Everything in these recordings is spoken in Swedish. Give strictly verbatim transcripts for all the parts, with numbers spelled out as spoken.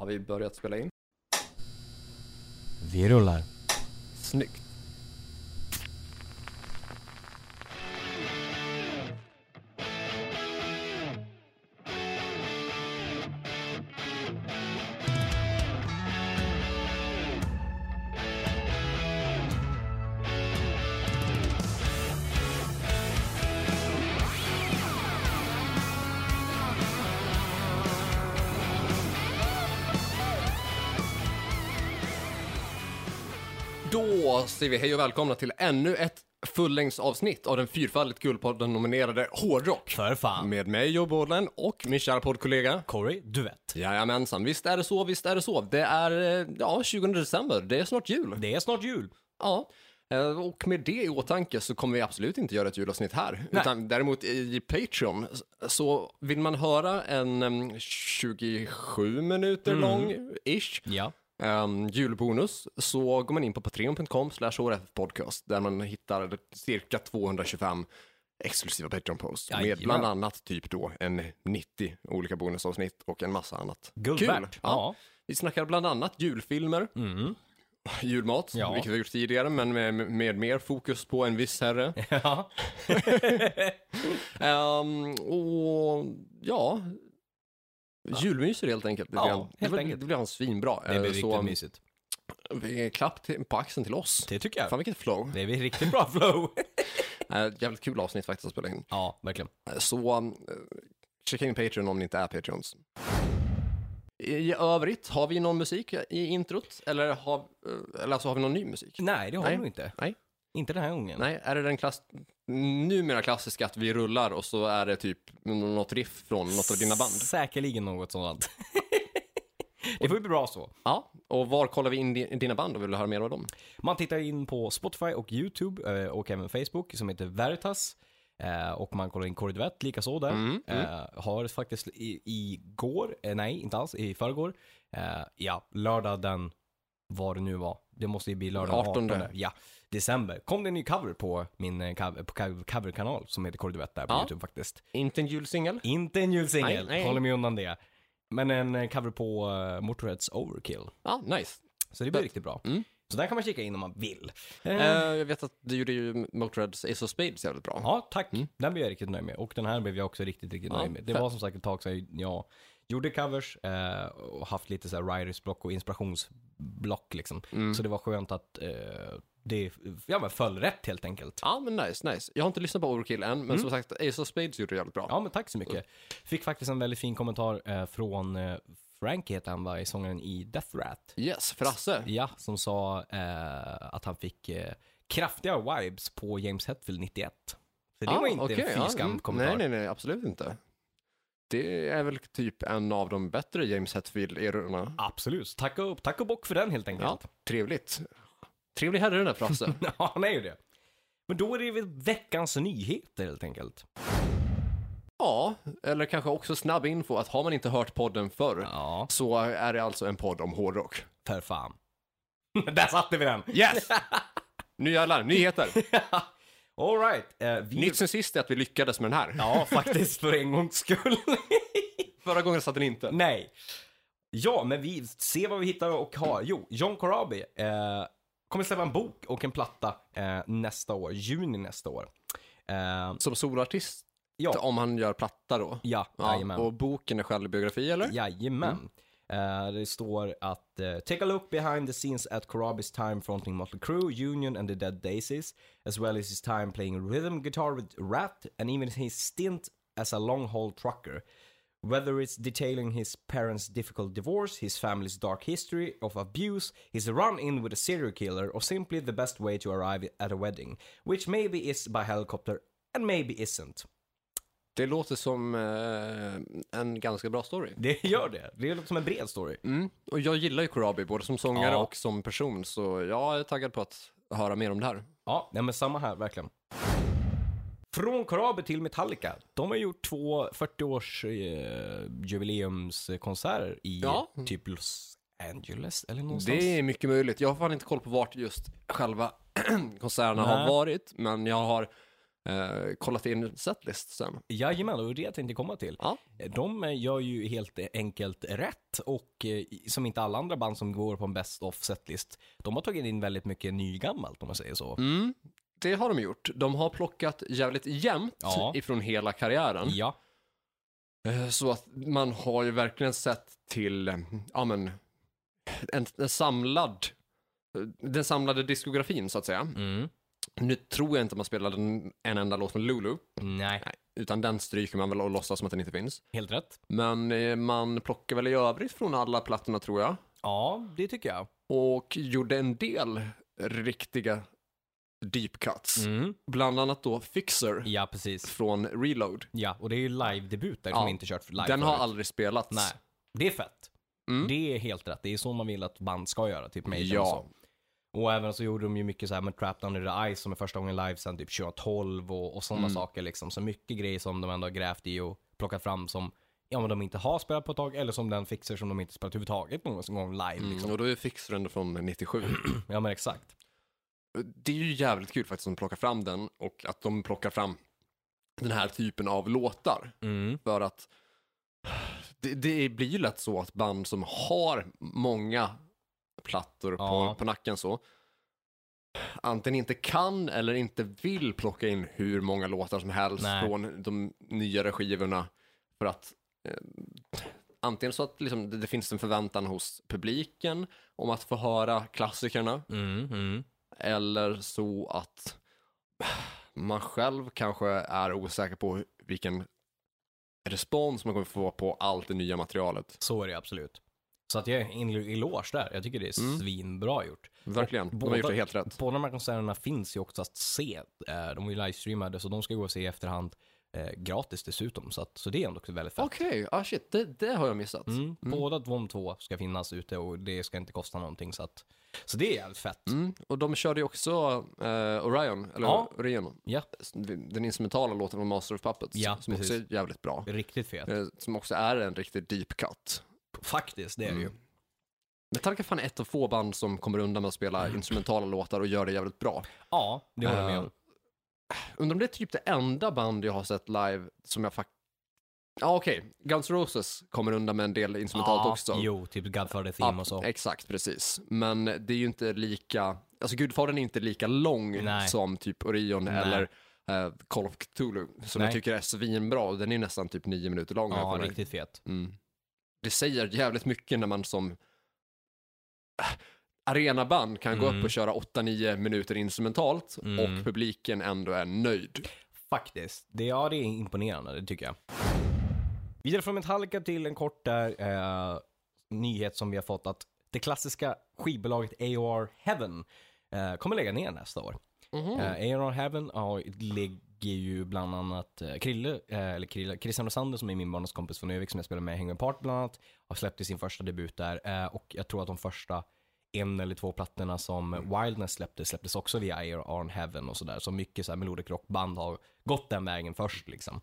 Har vi börjat spela in? Vi rullar. Snyggt. Då säger vi hej och välkomna till ännu ett fullängdsavsnitt av den fyrfaldigt Guldpodden nominerade Hårdrock. För fan. Med mig, Joe Bordland, och min kära poddkollega Corey, du vet. Jajamensan, visst är det så, visst är det så. Det är, ja, tjugonde december, det är snart jul. Det är snart jul. Ja, och med det i åtanke så kommer vi absolut inte göra ett julavsnitt här. Nej. Utan däremot i Patreon så vill man höra en um, tjugosju minuter Mm. lång-ish Ja. Um, julbonus, så går man in på patreon punkt com slash podcast där man hittar cirka tvåhundratjugofem exklusiva Patreon-posts med Jajamän. bland annat typ då en nittio olika bonusavsnitt och en massa annat. Guld Kul! värt. Ja. Vi snackar bland annat julfilmer, Mm. julmat, Ja. vilket vi har gjort tidigare, men med, med mer fokus på en viss herre. Ja. um, och ja... Julmyser helt enkelt. Det Ja, blir, helt det blir, enkelt. Det blir han svinbra. Det blir Eh, riktigt så, mysigt. vi klapp till, på axeln till oss. Det tycker jag. Fan vilket flow. Det är vi riktigt bra flow. Äh, jävligt kul avsnitt faktiskt att spela in. Ja, verkligen. Äh, Så äh, checka in Patreon om ni inte är Patreons. I övrigt, har vi någon musik i introt? Eller har, äh, eller alltså, har vi någon ny musik? Nej, det har Nej. vi nog inte. Nej. Inte den här gången. Nej, är det den klass... numera klassiska att vi rullar och så är det typ något riff från något av dina band? Säkerligen något sådant. Det får ju bli bra så. Ja, och var kollar vi in di- dina band och vill du höra mer av dem? Man tittar in på Spotify och YouTube eh, och även Facebook som heter Veritas. Eh, och man kollar in Corey, du vet, lika så där. Mm, mm. Eh, har faktiskt i, igår, eh, nej inte alls, i förrgår. Eh, ja, lördag den, vad det nu var. Det måste ju bli lördag artonde. artonde. Ja, december. Kom det en ny cover på min eh, cover, på cover- coverkanal som heter Corey, du vet, där på Ja. YouTube faktiskt. Inte en julsingel? Inte en julsingel, Nej, nej. håller mig undan det. Men en eh, cover på uh, Motorheads Overkill. Ja, nice. Så det blir Fett. riktigt bra. Mm. Så där kan man kika in om man vill. Eh, Eh, jag vet att du gjorde ju Motörheads Ace of Spades jävligt bra. Ja, tack. Mm. Den blev jag riktigt nöjd med. Och den här blev jag också riktigt, riktigt Ja, nöjd med. Det fett. var som sagt ett tag sedan jag gjorde covers eh, och haft lite så här writersblock och inspirationsblock liksom. Mm. Så det var skönt att eh, det ja, men föll rätt helt enkelt. Ja, men nice, nice. Jag har inte lyssnat på Overkill än, men Mm. som sagt, Ace of Spades gjorde det jävligt bra. Ja, men tack så mycket. Fick faktiskt en väldigt fin kommentar eh, från eh, Frank heter han, var i sångaren i Death Rat. Yes, Frasse. Ja, som sa eh, att han fick eh, kraftiga vibes på James Hetfield nittioett. Så det Ah, var inte okej, en ja, fyskam mm. kommentar. Nej, nej, nej, absolut inte. Det är väl typ en av de bättre James Hetfield-erorna. Absolut. Tack och, tack och bock för den helt enkelt. Ja, trevligt. Trevlig herre den där Frasse. Ja, han är ju det. Men då är det väl veckans nyheter helt enkelt. Ja, eller kanske också snabb info att har man inte hört podden förr Ja, så är det alltså en podd om hårdrock. för fan. Där satte vi den. Yes! Nu jävlar, nyheter. All right. Eh, vi... Nytt sen sist är att vi lyckades med den här. Ja, faktiskt för en gångs skull. Förra gången satt den inte. Nej. Ja, men vi ser vad vi hittar och har. Jo, John Corabi eh, kommer släppa en bok och en platta eh, nästa år. Juni nästa år. Eh, Som soloartist, ja, om han gör platta då. ja, Ja, jajamän. och boken är självbiografi, eller? Jajamän. Eh, det står att uh, take a look behind the scenes at Corabi's time fronting Motley Crue, Union and the Dead Daisies, as well as his time playing rhythm guitar with Rat, and even his stint as a long-haul trucker. Whether it's detailing his parents' difficult divorce, his family's dark history of abuse, his run-in with a serial killer, or simply the best way to arrive at a wedding, which maybe is by helicopter and maybe isn't. Det låter som eh, en ganska bra story. Det gör det. Det låter som en bred story. Mm. Och jag gillar ju Corabi, både som sångare Ja. och som person, så jag är taggad på att höra mer om det här. Ja, nej, men samma här, verkligen. Från Corabi till Metallica. De har gjort två fyrtio-års eh, jubileumskonserter i Ja. typ Los Angeles eller någonstans. Det är mycket möjligt. Jag har fan inte koll på vart just själva konserterna Nej. har varit, men jag har eh, kollat in setlist sen. Jajamän, och det jag tänkte komma till. Ja. De gör ju helt enkelt rätt, och eh, som inte alla andra band som går på en best of setlist, de har tagit in väldigt mycket nygammalt, om man säger så. Mm, det har de gjort. De har plockat jävligt jämnt Ja. ifrån hela karriären. Ja, Eh, Så att man har ju verkligen sett till eh, ja, men, en, en samlad den samlade diskografin så att säga. mm. Nu tror jag inte man spelade en, en enda låt med Lulu, Nej, utan den stryker man väl och låtsas som att den inte finns. helt rätt. Men eh, man plockar väl i övrigt från alla plattorna tror jag. Ja, det tycker jag. Och gjorde en del riktiga deep cuts. Mm. Bland annat då Fixer Ja, precis. från Reload. Ja, och det är ju live-debut där Ja, som inte kört live Den har förut. aldrig spelats. Nej, det är fett. Mm. Det är helt rätt. Det är så man vill att band ska göra, typ Major Ja. och så. Och även så gjorde de ju mycket så här med Trapped Under the Ice som är första gången live sen typ tjugohundratolv och, och sådana Mm. saker liksom. Så mycket grejer som de ändå har grävt i och plockat fram som ja, men de inte har spelat på ett tag, eller som den Fixer som de inte spelat överhuvudtaget någon gång live liksom. Mm, och då är Fixer ändå från nittiosju. Ja, men exakt. Det är ju jävligt kul faktiskt att de plockar fram den och att de plockar fram den här typen av låtar. Mm. För att det, det blir ju lätt så att band som har många plattor Ja. på, på nacken så antingen inte kan eller inte vill plocka in hur många låtar som helst Nej. från de nyare skivorna för att eh, antingen så att liksom, det, det finns en förväntan hos publiken om att få höra klassikerna Mm. Mm. eller så att man själv kanske är osäker på vilken respons man kommer få på allt det nya materialet. Så är det absolut. Så att jag är en eloge där. Jag tycker det är Mm. svinbra gjort. Verkligen, Och de har gjort båda- det helt rätt. Båda de här konserterna finns ju också att se. Eh, De är ju livestreamade, så de ska gå och se i efterhand eh, gratis dessutom. Så, att, så det är ändå också väldigt fett. Okej, ah shit, det, det har jag missat. Mm. Båda de två ska finnas ute och det ska inte kosta någonting. Så, att, så det är jävligt fett. Mm. Och de körde ju också eh, Orion, eller Ja. Orion, Ja, den instrumentala låten från Master of Puppets, Ja, som precis. också är jävligt bra. riktigt fet. Eh, som också är en riktig deep cut. Faktiskt, det är det ju. Mm. Metallica fan är ett av få band som kommer undan med att spela instrumentala låtar och gör det jävligt bra. Ja, det håller jag med Eh, om. Undrar om det är typ det enda band jag har sett live som jag faktiskt... Ja okej, Guns N' Roses kommer undan med en del instrumentalt Ja, också. jo, typ Godfather Theme Ja, och så. exakt, precis. Men det är ju inte lika... Alltså Gudfadern är inte lika lång Nej. som typ Orion Nej. eller eh, Call of Cthulhu, som Nej. jag tycker är svinbra. Den är nästan typ nio minuter lång. här Ja, för mig. riktigt fet. Mm. Det säger jävligt mycket när man som äh, arenaband kan gå Mm. upp och köra åtta nio minuter instrumentalt Mm. och publiken ändå är nöjd. Faktiskt. Det, ja, det är imponerande, det tycker jag. Vidare från Metallica till en kort där, eh, nyhet som vi har fått att det klassiska skivbolaget A O R Heaven eh, kommer lägga ner nästa år. Mhm. Eh, A O R Heaven ja, lägger ju bland annat eh, Krille, eh, eller Krille, Christian Rosander som är min barndomskompis från Övik som jag spelar med i Hanging Apart bland annat, har släppt i sin första debut där eh, och jag tror att de första en eller två plattorna som Wildness släppte släpptes också via A O R Heaven och sådär. Så mycket så här melodic rockband har gått den vägen först liksom.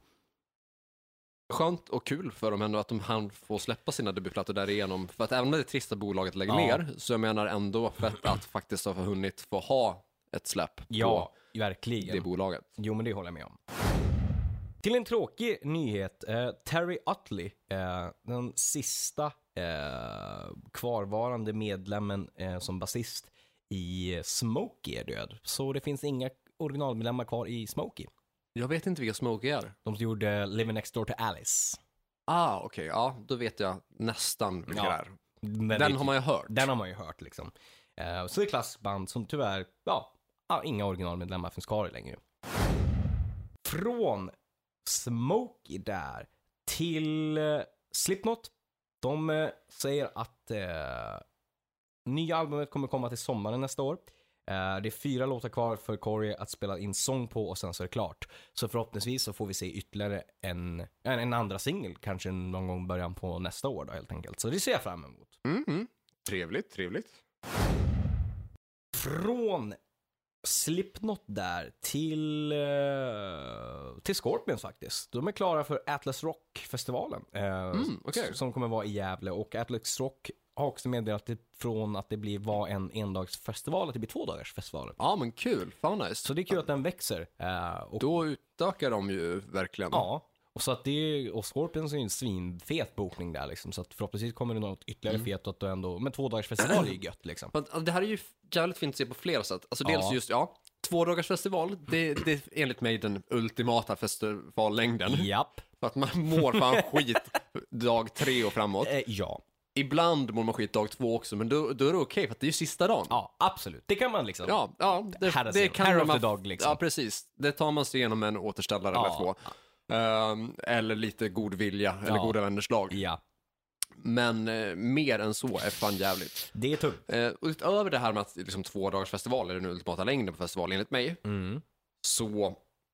Skönt och kul för dem ändå att de hann få släppa sina debutplattor därigenom. För att även om det är trist att bolaget lägger Ja. ner, så jag menar ändå fett att faktiskt ha hunnit få ha ett släpp Ja, på det verkligen. bolaget. Jo, men det håller jag med om. Till en tråkig nyhet. Eh, Terry Utley, eh, den sista eh, kvarvarande medlemmen eh, som basist i Smokey är död. Så det finns inga originalmedlemmar kvar i Smokey. Jag vet inte vilka Smokey är. De som gjorde Living Next Door to Alice. Ah, okej. Ja, då vet jag nästan vilka Ja. det är. Men Den det är har man ju hört. Den har man ju hört liksom. Eh, så det är klassiskt band som tyvärr, ja, ja, inga originalmedlemmar finns kvar längre. Från Smokey där till eh, Slipknot. De eh, säger att eh, nya albumet kommer komma till sommaren nästa år. Eh, det är fyra låtar kvar för Corey att spela in sång på och sen så är det klart. Så förhoppningsvis så får vi se ytterligare en, en, en andra singel, kanske någon gång början på nästa år då helt enkelt. Så det ser jag fram emot. Mm-hmm. Trevligt, trevligt. Från Slipknot där till, eh, till Scorpions faktiskt. De är klara för Atlas Rock-festivalen. Eh, Mm, okej. s- Som kommer vara i Gävle. Och Atlas Rock har också meddelat det från att det blir var en endagsfestival att det blir två dagars festival. Ja, men kul. Fan nice. Så det är kul att den växer. Uh, och, Då utökar de ju verkligen. Ja, och så att det och Scorpions är ju en svinfet bokning där liksom, så att förhoppningsvis kommer det något ytterligare mm. fet att ändå, men två dagars festival är ju gött liksom. Men det här är ju jävligt fint att se på flera sätt. Alltså dels Ja. just, ja, två dagars festival, det, det är enligt mig den ultimata festivallängden. Japp. För att man mår fan skit dag tre och framåt. Eh, ja. Ibland mår man skit dag två också, men då, då är det okej för att det är ju sista dagen. Ja, absolut. Det kan man liksom. Ja, ja det, Hair det kan hair man, of the dog liksom. Ja, precis. Det tar man sig igenom en återställare Ja. eller två. Um, eller lite god vilja, eller Ja. goda vänners lag. Ja. Men eh, mer än så är fan jävligt. Det är tungt. Eh, och utöver det här med att liksom, två dagars festival är den ultimata längden på festival enligt mig, Mm. så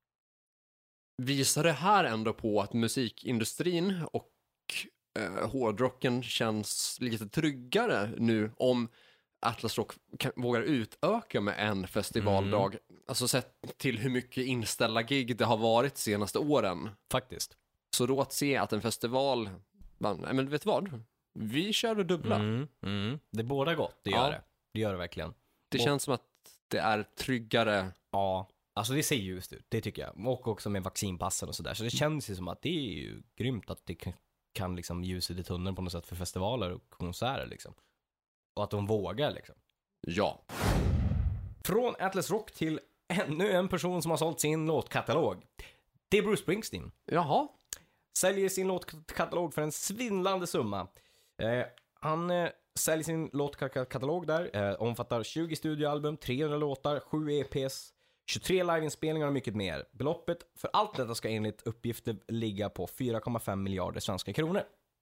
visar det här ändå på att musikindustrin och eh, hårdrocken känns lite tryggare nu om Atlas Rock kan, vågar utöka med en festivaldag. Mm. Alltså sett till hur mycket inställda gig det har varit senaste åren. Faktiskt. Så då att se att en festival, man, nej men vet du vad? Vi kör det dubbla. Mm. Mm. Det är båda gott, det gör Ja. det. Det gör det verkligen. Det Och- känns som att det är tryggare. Ja, alltså det ser ljust ut, det tycker jag. Och också med vaccinpassen och sådär. Så det känns ju som att det är ju grymt att det kan, kan liksom ljuset i tunneln på något sätt för festivaler och konserter liksom. Och att de vågar liksom. Ja. Från Atlas Rock till ännu en person som har sålt sin låtkatalog. Det är Bruce Springsteen. Jaha. Säljer sin låtkatalog för en svindlande summa. Eh, han eh, säljer sin låtkatalog där. Eh, omfattar tjugo studioalbum, trehundra låtar, sju E P:s, tjugotre liveinspelningar och mycket mer. Beloppet för allt detta ska enligt uppgifter ligga på fyra komma fem miljarder svenska kronor.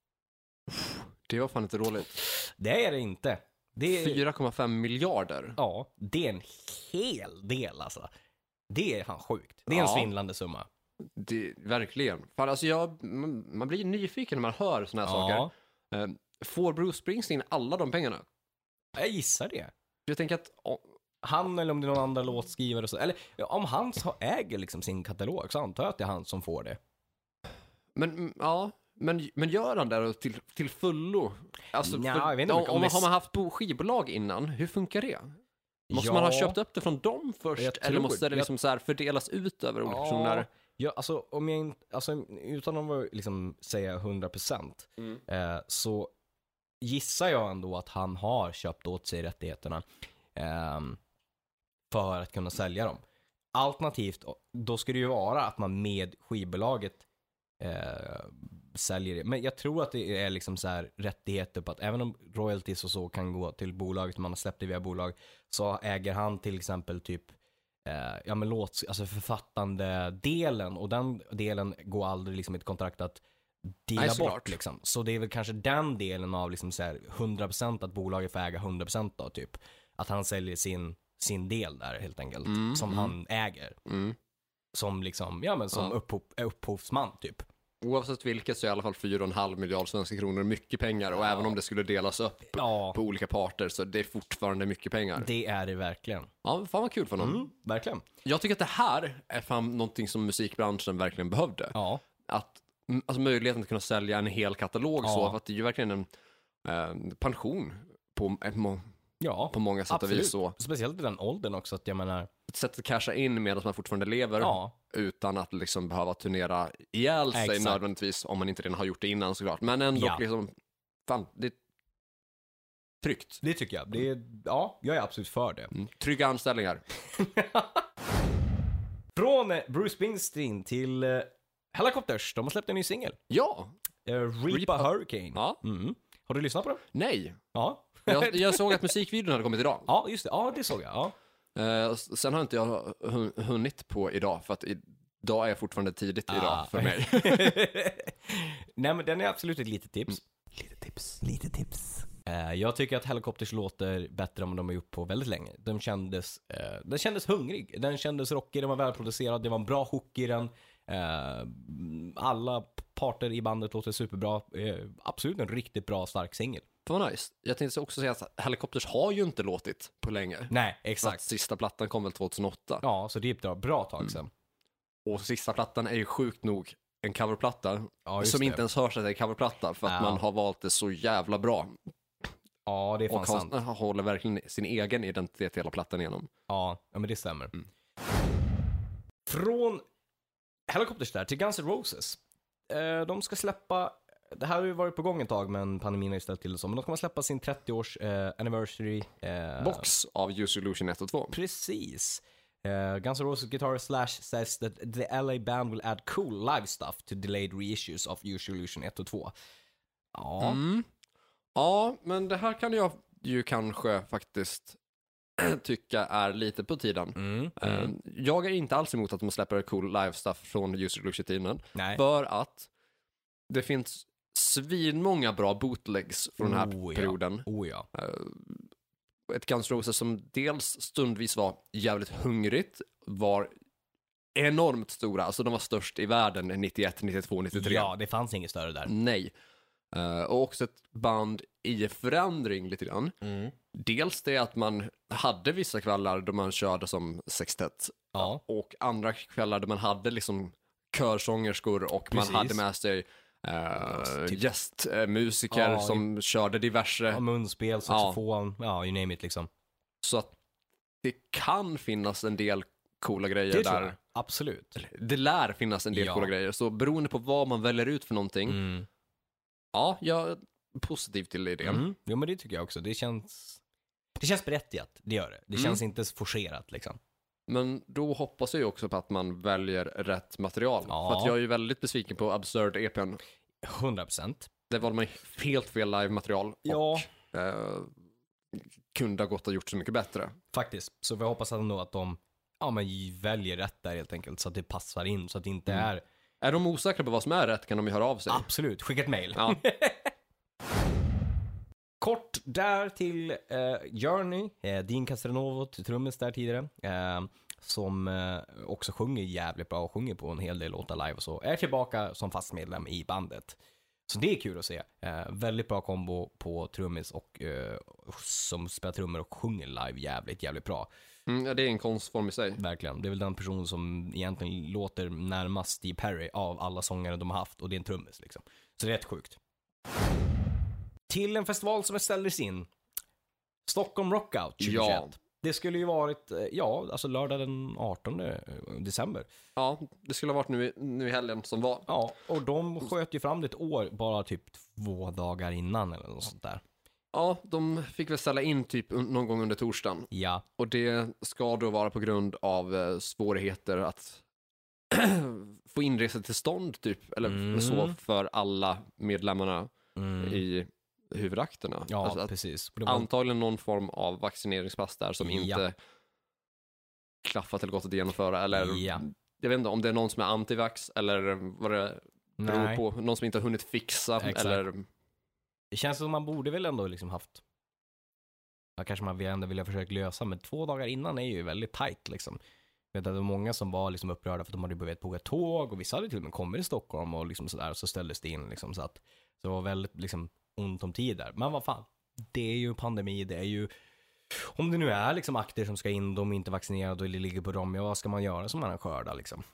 Det var fan inte roligt. Det är det inte. Det är, fyra komma fem miljarder. ja, det är en hel del alltså. Det är fan sjukt. Det är en Ja. svindlande summa. Det, verkligen. Fan, alltså jag, man, man blir nyfiken när man hör såna här Ja, saker. Eh, får Bruce Springsteen alla de pengarna? jag gissar det. Jag tänker att oh, Han eller om det är någon annan låtskrivare och så. Eller ja, om han så äger liksom sin katalog så antar jag att det är han som får det. men mm, ja, men, men gör han det till, till fullo? Alltså, Nja, för, jag vet inte om, om- om, om det- har man haft bo- skivbolag innan, hur funkar det? Måste Ja. man ha köpt upp det från dem först? Jag Eller tror- måste det jag- liksom så här fördelas ut över olika Ja. personer? Ja, alltså, om jag inte, alltså, utan att liksom säga hundra procent Mm. eh, så gissar jag ändå att han har köpt åt sig rättigheterna ehm, för att kunna sälja dem. Alternativt, då skulle det ju vara att man med skivbolaget eh, säljer det. Men jag tror att det är liksom så här rättigheter på att även om royalties och så kan gå till bolaget, man har släppt det via bolag, så äger han till exempel typ eh, ja men låt, alltså författande delen, och den delen går aldrig liksom i ett kontrakt att dela Nej, bort såklart. liksom. Så det är väl kanske den delen av liksom så här hundra procent att bolaget får äga hundra procent då typ. Att han säljer sin, sin del där helt enkelt, Mm, som mm. han äger. Mm. Som liksom, ja men som Ja. upphov, upphovsman typ. Oavsett vilket så är i alla fall fyra komma fem miljard svenska kronor mycket pengar. Och även om det skulle delas upp Ja, på olika parter så det är fortfarande mycket pengar. det är det verkligen. Ja, fan vad kul för någon. Mm, verkligen. Jag tycker att det här är fan någonting som musikbranschen verkligen behövde. Ja, Att, mm, alltså möjligheten att kunna sälja en hel katalog Ja. så, för att det är ju verkligen en eh, pension på, eh, må, ja. på många sätt och vis. Så. Speciellt i den åldern också, att jag menar, Ett sätt att casha in medan man fortfarande lever ja, utan att liksom behöva turnera ihjäl sig Exakt. nödvändigtvis, om man inte redan har gjort det innan såklart. Men ändå Ja. liksom, fan, det är tryggt. det tycker jag. Det är, ja, jag är absolut för det. Mm. Trygga anställningar. Från eh, Bruce Springsteen till eh, Helicopters. De har släppt en ny singel. Ja, Uh, Reaper Reaper- Hurricane. ja, Mm. Har du lyssnat på den? nej. Ja. Jag, jag såg att musikvideon hade kommit idag. Ja, just det. Ja, det såg jag. Ja. Eh, s- sen har inte jag hun- hunnit på idag, för att idag är fortfarande tidigt idag Ah. för mig. Nej, men den är absolut ett litet tips. Lite tips. Lite tips. Eh, jag tycker att Helicopters låter bättre än vad de har gjort på väldigt länge. Den kändes, eh, den kändes hungrig. Den kändes rockig, den var välproducerad, det var en bra hook i den. Eh, alla parter i bandet låter superbra. Eh, absolut en riktigt bra, stark singel. Det var nice. Jag tänkte också säga att Helicopters har ju inte låtit på länge. Nej, För att exakt. sista plattan kom väl tjugohundraåtta. Ja, så det är ett bra, bra tag sedan. Och sista plattan är ju sjukt nog en coverplatta Ja, just som det. inte ens hörs att det är en coverplatta, för att Ja. man har valt det så jävla bra. Ja, det är fan och sant. han håller verkligen sin egen identitet hela plattan igenom. Ja, ja men det stämmer. Mm. Från Helicopters där till Guns N' Roses. Eh, de ska släppa, det här har ju varit på gång ett tag men pandemin har ju ställt till det så, men de kommer släppa sin trettio-års eh, anniversary eh, Box av Use Your Illusion ett och två. Precis. Uh, Guns N' Roses guitar Slash says that the L A band will add cool live stuff to delayed reissues of Use Your Illusion ett och två. Ja. Mm. Ja, men det här kan jag ju kanske faktiskt tycka är lite på tiden. Mm. Eh, Mm. Jag är inte alls emot att de släpper cool live stuff från Use Your Illusion-tiden. Nej. För att det finns svinmånga bra bootlegs från den här Oh, ja. perioden. Oh ja. Uh, ett Guns N' Roses som dels stundvis var jävligt hungrigt, var enormt stora, alltså de var störst i världen nittioett, nittiotvå, nittiotre. Ja, det fanns inget större där. Nej. Uh, och också ett band i förändring lite grann. Mm. Dels det att man hade vissa kvällar då man körde som sextett. Ja. Och andra kvällar där man hade liksom körsångerskor och Precis. man hade med sig uh, typ- gästmusiker Ja, som körde diverse. Ja, munspel, saxofon, ja. ja, you name it liksom. Så att det kan finnas en del coola grejer Det tror jag. där. Absolut. Det lär finnas en del Ja. coola grejer. Så beroende på vad man väljer ut för någonting. Mm. Ja, jag är positiv till idén. Mm. Jo, men det tycker jag också. Det känns, det känns berättigat, det gör det. Det Mm. känns inte forcerat liksom. Men då hoppas jag ju också på att man väljer rätt material. Ja. För att jag är ju väldigt besviken på Absurd E P:n. hundra procent. Det var man helt fel live-material. Ja. Och eh, kunde ha gått och gjort så mycket bättre. Faktiskt. Så vi hoppas ändå att de ja, men väljer rätt där helt enkelt. Så att det passar in. Så att det inte Mm. är... Är de osäkra på vad som är rätt kan de ju höra av sig. Absolut. Skicka ett mail. Ja. Kort där till eh, Journey. Eh, Dean Castronovo, trummis där tidigare. Eh, som eh, också sjunger jävligt bra och sjunger på en hel del låtar live och så. Är tillbaka som fast medlem i bandet. Så det är kul att se. Eh, väldigt bra kombo på trummis och eh, som spelar trummor och sjunger live jävligt, jävligt bra. Mm, ja, det är en konstform i sig. Verkligen. Det är väl den person som egentligen låter närmast Steve Perry av alla sångare de har haft. Och det är en trummis liksom. Så det är rätt sjukt. Till en festival som ställdes in. Stockholm Rockout tjugohundratjugoett. Ja. Det skulle ju varit, eh, ja, alltså lördag den artonde december. Ja, det skulle ha varit nu i, nu i helgen som var. Ja, och de sköt ju fram det ett år, bara typ två dagar innan eller något sånt där. Ja, de fick väl ställa in typ un- någon gång under torsdagen. Ja, Och det ska då vara på grund av eh, svårigheter att få inresetillstånd typ, eller Mm. så för alla medlemmarna mm. i huvudakterna. ja Alltså att precis. Och det var, antagligen någon form av vaccineringspass där som Ja. inte klaffat eller gått att genomföra. Eller Ja. jag vet inte om det är någon som är antivax eller vad det beror nej, på. Någon som inte har hunnit fixa. Exakt. Eller det känns som man borde väl ändå liksom haft, ja, kanske man ändå vilja försöka lösa, men två dagar innan är ju väldigt tight liksom. Jag vet att det var många som var liksom upprörda för att de hade börjat boka tåg och vissa hade till och med kommit till Stockholm och liksom sådär, och så ställdes det in liksom, så att så det var väldigt liksom ont om tid där. Men vad fan, det är ju en pandemi, det är ju, om det nu är liksom akter som ska in, de är inte vaccinerade och det ligger på dem, ja vad ska man göra som arrangör där liksom?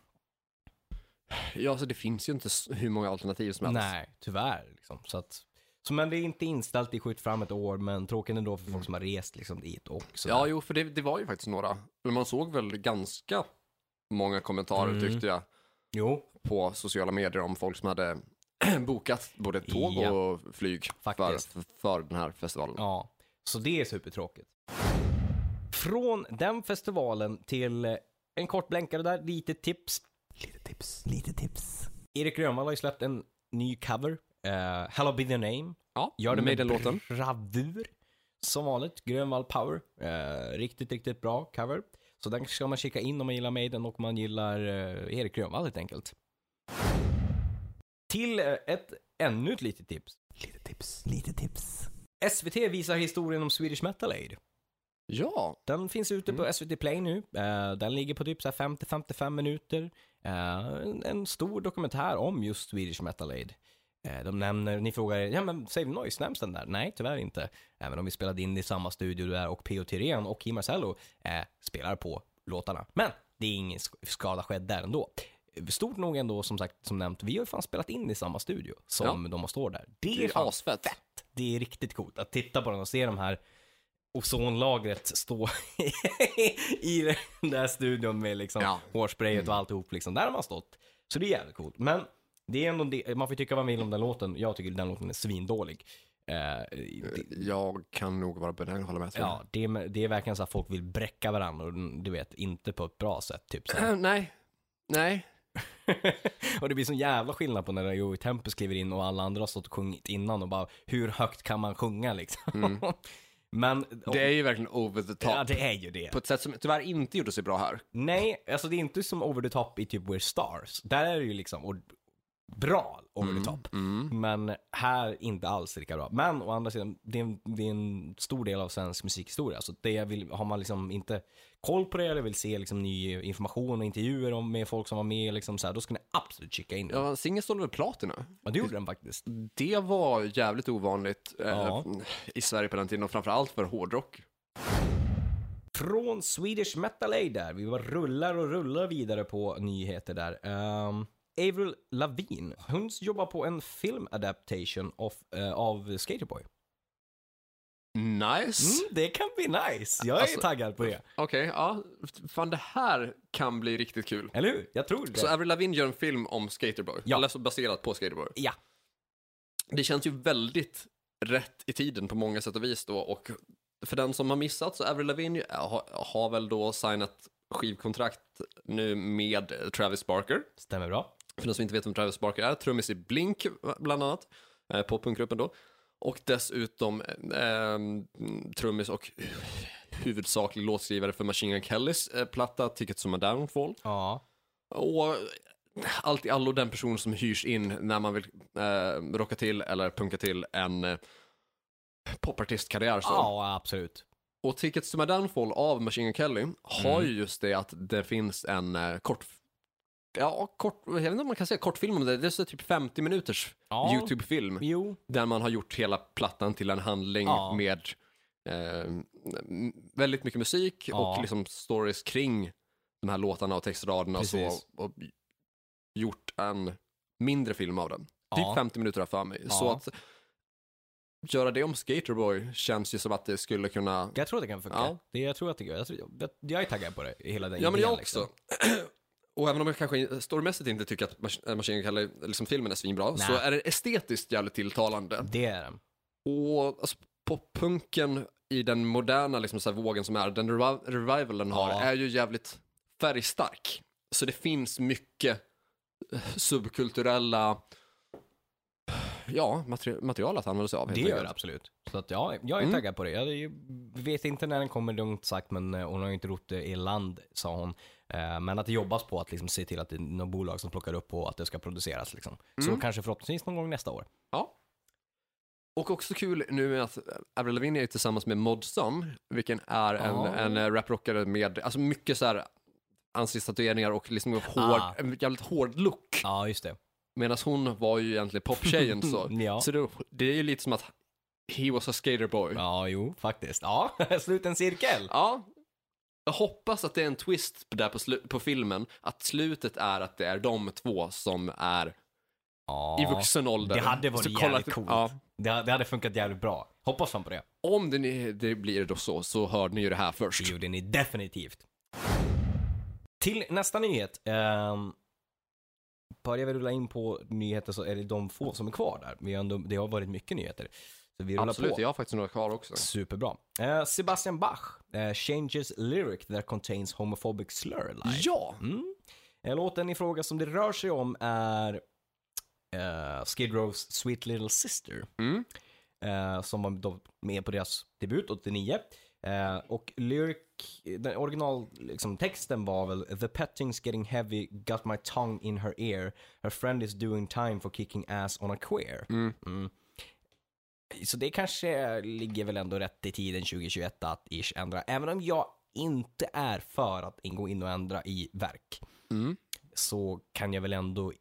ja, så det finns ju inte s- hur många alternativ som helst. Nej, tyvärr liksom. Så att, så men det är inte inställt i skjut fram ett år, men tråkigt ändå för folk som har rest liksom dit och sådär. Ja, jo, för det, det var ju faktiskt några. Men man såg väl ganska många kommentarer Mm. tyckte jag Jo, på sociala medier om folk som hade bokat både tåg Ja. och flyg för, Faktiskt. för, för den här festivalen. ja. Så det är supertråkigt. Från den festivalen till eh, en kort blänkare där, lite tips. Lite tips, lite tips. Erik Grönvall har ju släppt en ny cover. Uh, Hello Be The Name. Ja, Gör det med Maiden-låten. bravur. Som vanligt, Grönvall Power. Uh, riktigt, riktigt bra cover. Så den ska man kika in om man gillar Maiden och man gillar uh, Erik Grönvall helt enkelt. Till uh, ett ännu ett litet tips. Lite tips, lite tips. S V T visar historien om Swedish Metal Aid. Ja, Den finns ute på Mm. S V T Play nu. Uh, den ligger på typ så här femtio till femtiofem minuter. Uh, en, en stor dokumentär om just Swedish Metal Aid. Uh, de nämner, ni frågar, ja men Save Noise, nämns den där? Nej, tyvärr inte. Även om vi spelade in i samma studio där och P O Tirén och Kim Marcello uh, spelar på låtarna. Men det är ingen sk- skada skedd där ändå. stort nog ändå, som sagt, som nämnt, vi har ju fan spelat in i samma studio som Ja. de har står där. Det, Det är är fan asfett. fett. Det är riktigt coolt att titta på den och se de här ozonlagret stå i den där studion med liksom Ja. hårsprayet och alltihop liksom. Där har man stått. Så det är jävligt coolt. Men det är ändå det, man får tycka vad man vill om den låten. Jag tycker den låten är svindålig. Eh, det, Jag kan nog vara benägen att hålla med. tror jag. ja, det är, det är verkligen så att folk vill bräcka varandra och du vet, inte på ett bra sätt typ så här. Äh, nej, nej. Och det blir sån jävla skillnad på när Joey Tempest kliver in och alla andra har stått och sjungit innan och bara, hur högt kan man sjunga liksom? Mm. Men Det är ju verkligen over the top. ja, det är ju det. På ett sätt som tyvärr inte gjorde sig bra här. Nej, alltså det är inte som over the top i typ We're Stars. Där är det ju liksom och bra over the top. Mm. Men här inte alls lika bra. Men å andra sidan, det är en, det är en stor del av svensk musikhistoria. Så det vill, har man liksom inte koll på det eller vill se liksom ny information och intervjuer om med folk som var med liksom så här, då ska ni absolut checka in det. Ja, Ja, singeln stod över platina. det gjorde den faktiskt. Det var jävligt ovanligt eh, Ja. i Sverige på den tiden och framförallt för hårdrock. Från Swedish Metal Aid där. Vi var rullar och rullar vidare på nyheter där. Um, Avril Lavigne. Hon jobbar på en film adaptation of, uh, av Skaterboy. Nice. Mm, det kan bli nice. Jag är Alltså- taggad på det. Okej, ja. Fan, det här kan bli riktigt kul. Eller hur? Jag tror det. Så Avril Lavigne gör en film om Skaterboy. Ja. Eller så baserat på Skaterboy. Ja. Det känns ju väldigt rätt i tiden på många sätt och vis då. Och för den som har missat så Avril Lavigne har, har väl då signat skivkontrakt nu med Travis Barker. Stämmer bra. För den som inte vet vem Travis Barker är, trummis i Blink bland annat, eh, på punkgruppen då. Och dessutom eh, trummis och huvudsaklig låtskrivare för Machine Gun Kellys eh, platta Tickets to My Downfall. Ja. Och allt i allo den person som hyrs in när man vill eh, rocka till eller punka till en eh, popartistkarriär. Så. Ja, absolut. Och Tickets to My Downfall av Machine Gun Kelly har ju just det att det finns en eh, kort, ja, kort, jag vet inte om man kan säga kortfilm om det, det är så typ femtio minuters Ja. YouTube-film Jo. där man har gjort hela plattan till en handling Ja. med eh, m- väldigt mycket musik Ja. och liksom stories kring de här låtarna och textraderna och så, Precis. och gjort en mindre film av den. Ja. Typ femtio minuter här för mig. Ja. Så att göra det om Skaterboy känns ju som att det skulle kunna... Jag tror det kan funka. Ja. Det, jag tror att det går. Jag, tror, jag, jag är taggad på det. Hela den Ja, men idén, jag också. liksom. Och även om jag kanske storymässigt inte tycker att Mas- Machine Gun Kelly, liksom filmen är svinbra, Nej. så är det estetiskt jävligt tilltalande. Det är den. Och alltså, poppunken i den moderna liksom, så här, vågen som är, den revi- revival den har, Ja. är ju jävligt färgstark. Så det finns mycket eh, subkulturella ja, materi- material att använda sig av. helt Det gör enkelt. det absolut. Så att ja, jag är Mm. taggad på det. Jag är ju- vet inte när den kommer, lugnt sagt, men eh, hon har ju inte rott det i land, sa hon. Eh, Men att det jobbas på att liksom se till att det är något bolag som plockar upp på att det ska produceras. Liksom. Så Mm. kanske förhoppningsvis någon gång nästa år. Ja. Och också kul nu är att Avril Lavigne är tillsammans med Mod Sun, vilken är en, Ja. en eh, raprockare med alltså mycket så här ansiktstatueringar och liksom hård, Ah. en jävligt hård look. Ja, just det. Medan hon var ju egentligen poptjejen så. Ja. Så det, det är ju lite som att he was a skaterboy. Ja. Ja, jo, faktiskt. Ja, slut en cirkel. Jag hoppas att det är en twist där på, slu- på filmen, att slutet är att det är de två som är Ja. i vuxen ålder. Det hade Så varit kolla jävligt att- coolt. Ja. Det, det hade funkat jävligt bra. Hoppas fan på det. Om det, ni- det blir då så, så hörde ni ju det här Det först. gjorde ni definitivt. Till nästa nyhet. Um, börjar vi rulla in på nyheter så är det de få som är kvar där. Vi har ändå, det har varit mycket nyheter. Så vi rullar Absolut, på. jag har faktiskt några kvar också. Superbra. Uh, Sebastian Bach uh, changes lyric that contains homophobic slur line. Ja! Mm. Eh, Låten i fråga som det rör sig om är uh, Skid Rows Sweet Little Sister. Mm. Eh, som var då med på deras debut åttionio. Eh, och lyric, den original liksom, texten var väl The petting's getting heavy, got my tongue in her ear, her friend is doing time for kicking ass on a queer. Mm. Mm. Så det kanske ligger väl ändå rätt i tiden tjugohundratjugoett att ish ändra. Även om jag inte är för att gå in och ändra i verk, Mm. så kan jag väl ändå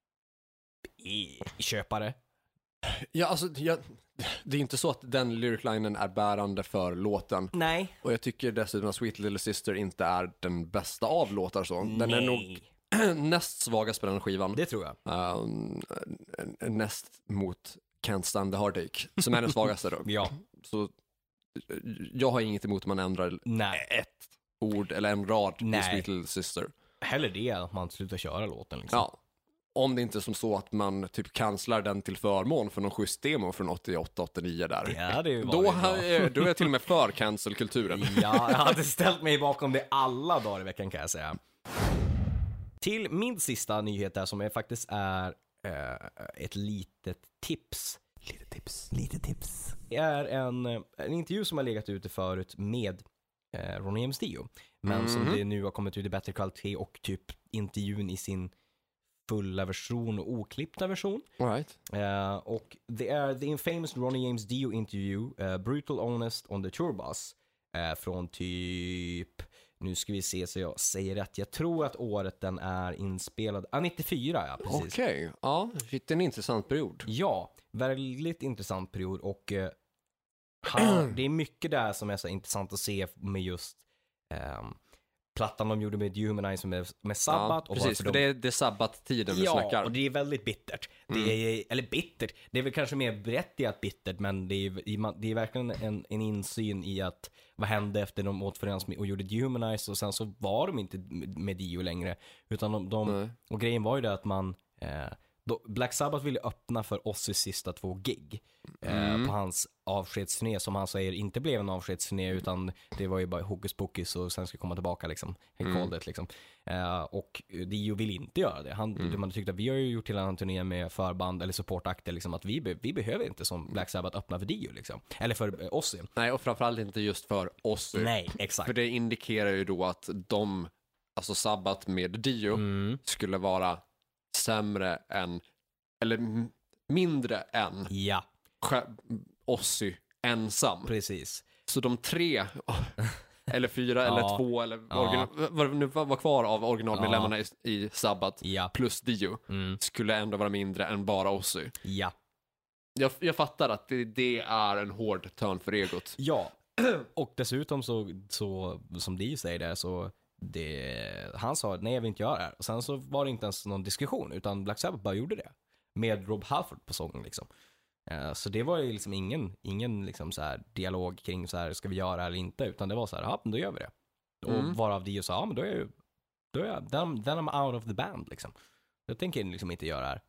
i, i köpa det. Ja, alltså, jag, det är inte så att den lyriclinen är bärande för låten. Nej. Och jag tycker dessutom att Sweet Little Sister inte är den bästa av låtar så. Den är nog näst svagast på den skivan. Det tror jag. Um, näst mot Can't Stand the Heartache, som är den svagaste då. Ja. Så jag har inget emot att man ändrar Nej. ett ord eller en rad Nej. i Sweet Little Sister. Heller det att man slutar köra låten liksom. Ja. Om det inte är som så att man typ cancelar den till förmån för någon schysst demo från åttioåtta åttionio där. Ja, det var Då, ju har, bra. då är jag till och med för cancelkulturen. Ja, jag hade ställt mig bakom det alla dagar i veckan kan jag säga. Till min sista nyhet där som är faktiskt är eh, ett litet tips. Lite tips. Lite tips. Det är en, en intervju som har legat ute förut med eh, Ronny James Dio. Men Mhm. som det nu har kommit ut i bättre kvalitet och typ intervjun i sin fulla version och oklippta version. All right. Uh, och det är The Infamous Ronny James Dio interview, uh, Brutal Honest on the Tour Bus, uh, från typ, nu ska vi se så jag säger rätt, jag tror att året den är inspelad, ah, nittiofyra, ja precis. Okej, okay. Ja, fick en intressant period. Ja, väldigt intressant period och uh, han, det är mycket där som är så intressant att se med just um, plattan de gjorde med Dehumanize med, med Sabbath. Ja, och precis, för för de... det är, det är Sabbath-tiden vi ja, snackar. och det är väldigt bittert. Mm. Det är, eller bittert, det är väl kanske mer berättigat bittert, men det är, det är verkligen en, en insyn i att vad hände efter de återförenades och gjorde Dehumanize och sen så var de inte med Dio längre. Utan de, de och grejen var ju det att man eh, då, Black Sabbath ville öppna för Ozzys sista två gig eh, Mm. på hans avskedsturné som han säger inte blev en avskedsturné utan det var ju bara hokus pokus och sen ska komma tillbaka liksom. Han Mm. called it liksom. Eh, och Dio vill inte göra det. Han, Mm. man tyckte att vi har ju gjort hela en turné med förband eller supportakter liksom att vi, be, vi behöver inte som Black Sabbath öppna för Dio liksom. Eller för eh, Ozzy. Nej, och framförallt inte just för oss. Nej, exakt. För det indikerar ju då att de, alltså Sabbath med Dio, Mm. skulle vara sämre än, eller m- mindre än Ja, sj- Ozzy ensam. precis. Så de tre, eller fyra, Ja. eller två, eller Ja. origin- vad det nu var kvar av originalmedlemmarna i, i Sabbath, Ja. plus Dio, Mm. skulle ändå vara mindre än bara Ozzy. Ja. Jag, jag fattar att det, det är en hård törn för egot. Ja, och dessutom så, så som Dio säger där så det, han sa nej jag vill inte göra det här. Och sen så var det inte ens någon diskussion utan Black Sabbath bara gjorde det. Med Rob Halford på sången liksom. Uh, så det var ju liksom ingen, ingen liksom så här dialog kring så här ska vi göra det eller inte. Utan det var så här, ja men då gör vi det. Mm. Och varav Dio sa, ja men då är jag ju, då är jag, then, then I'm out of the band liksom. Jag tänker liksom inte göra det här.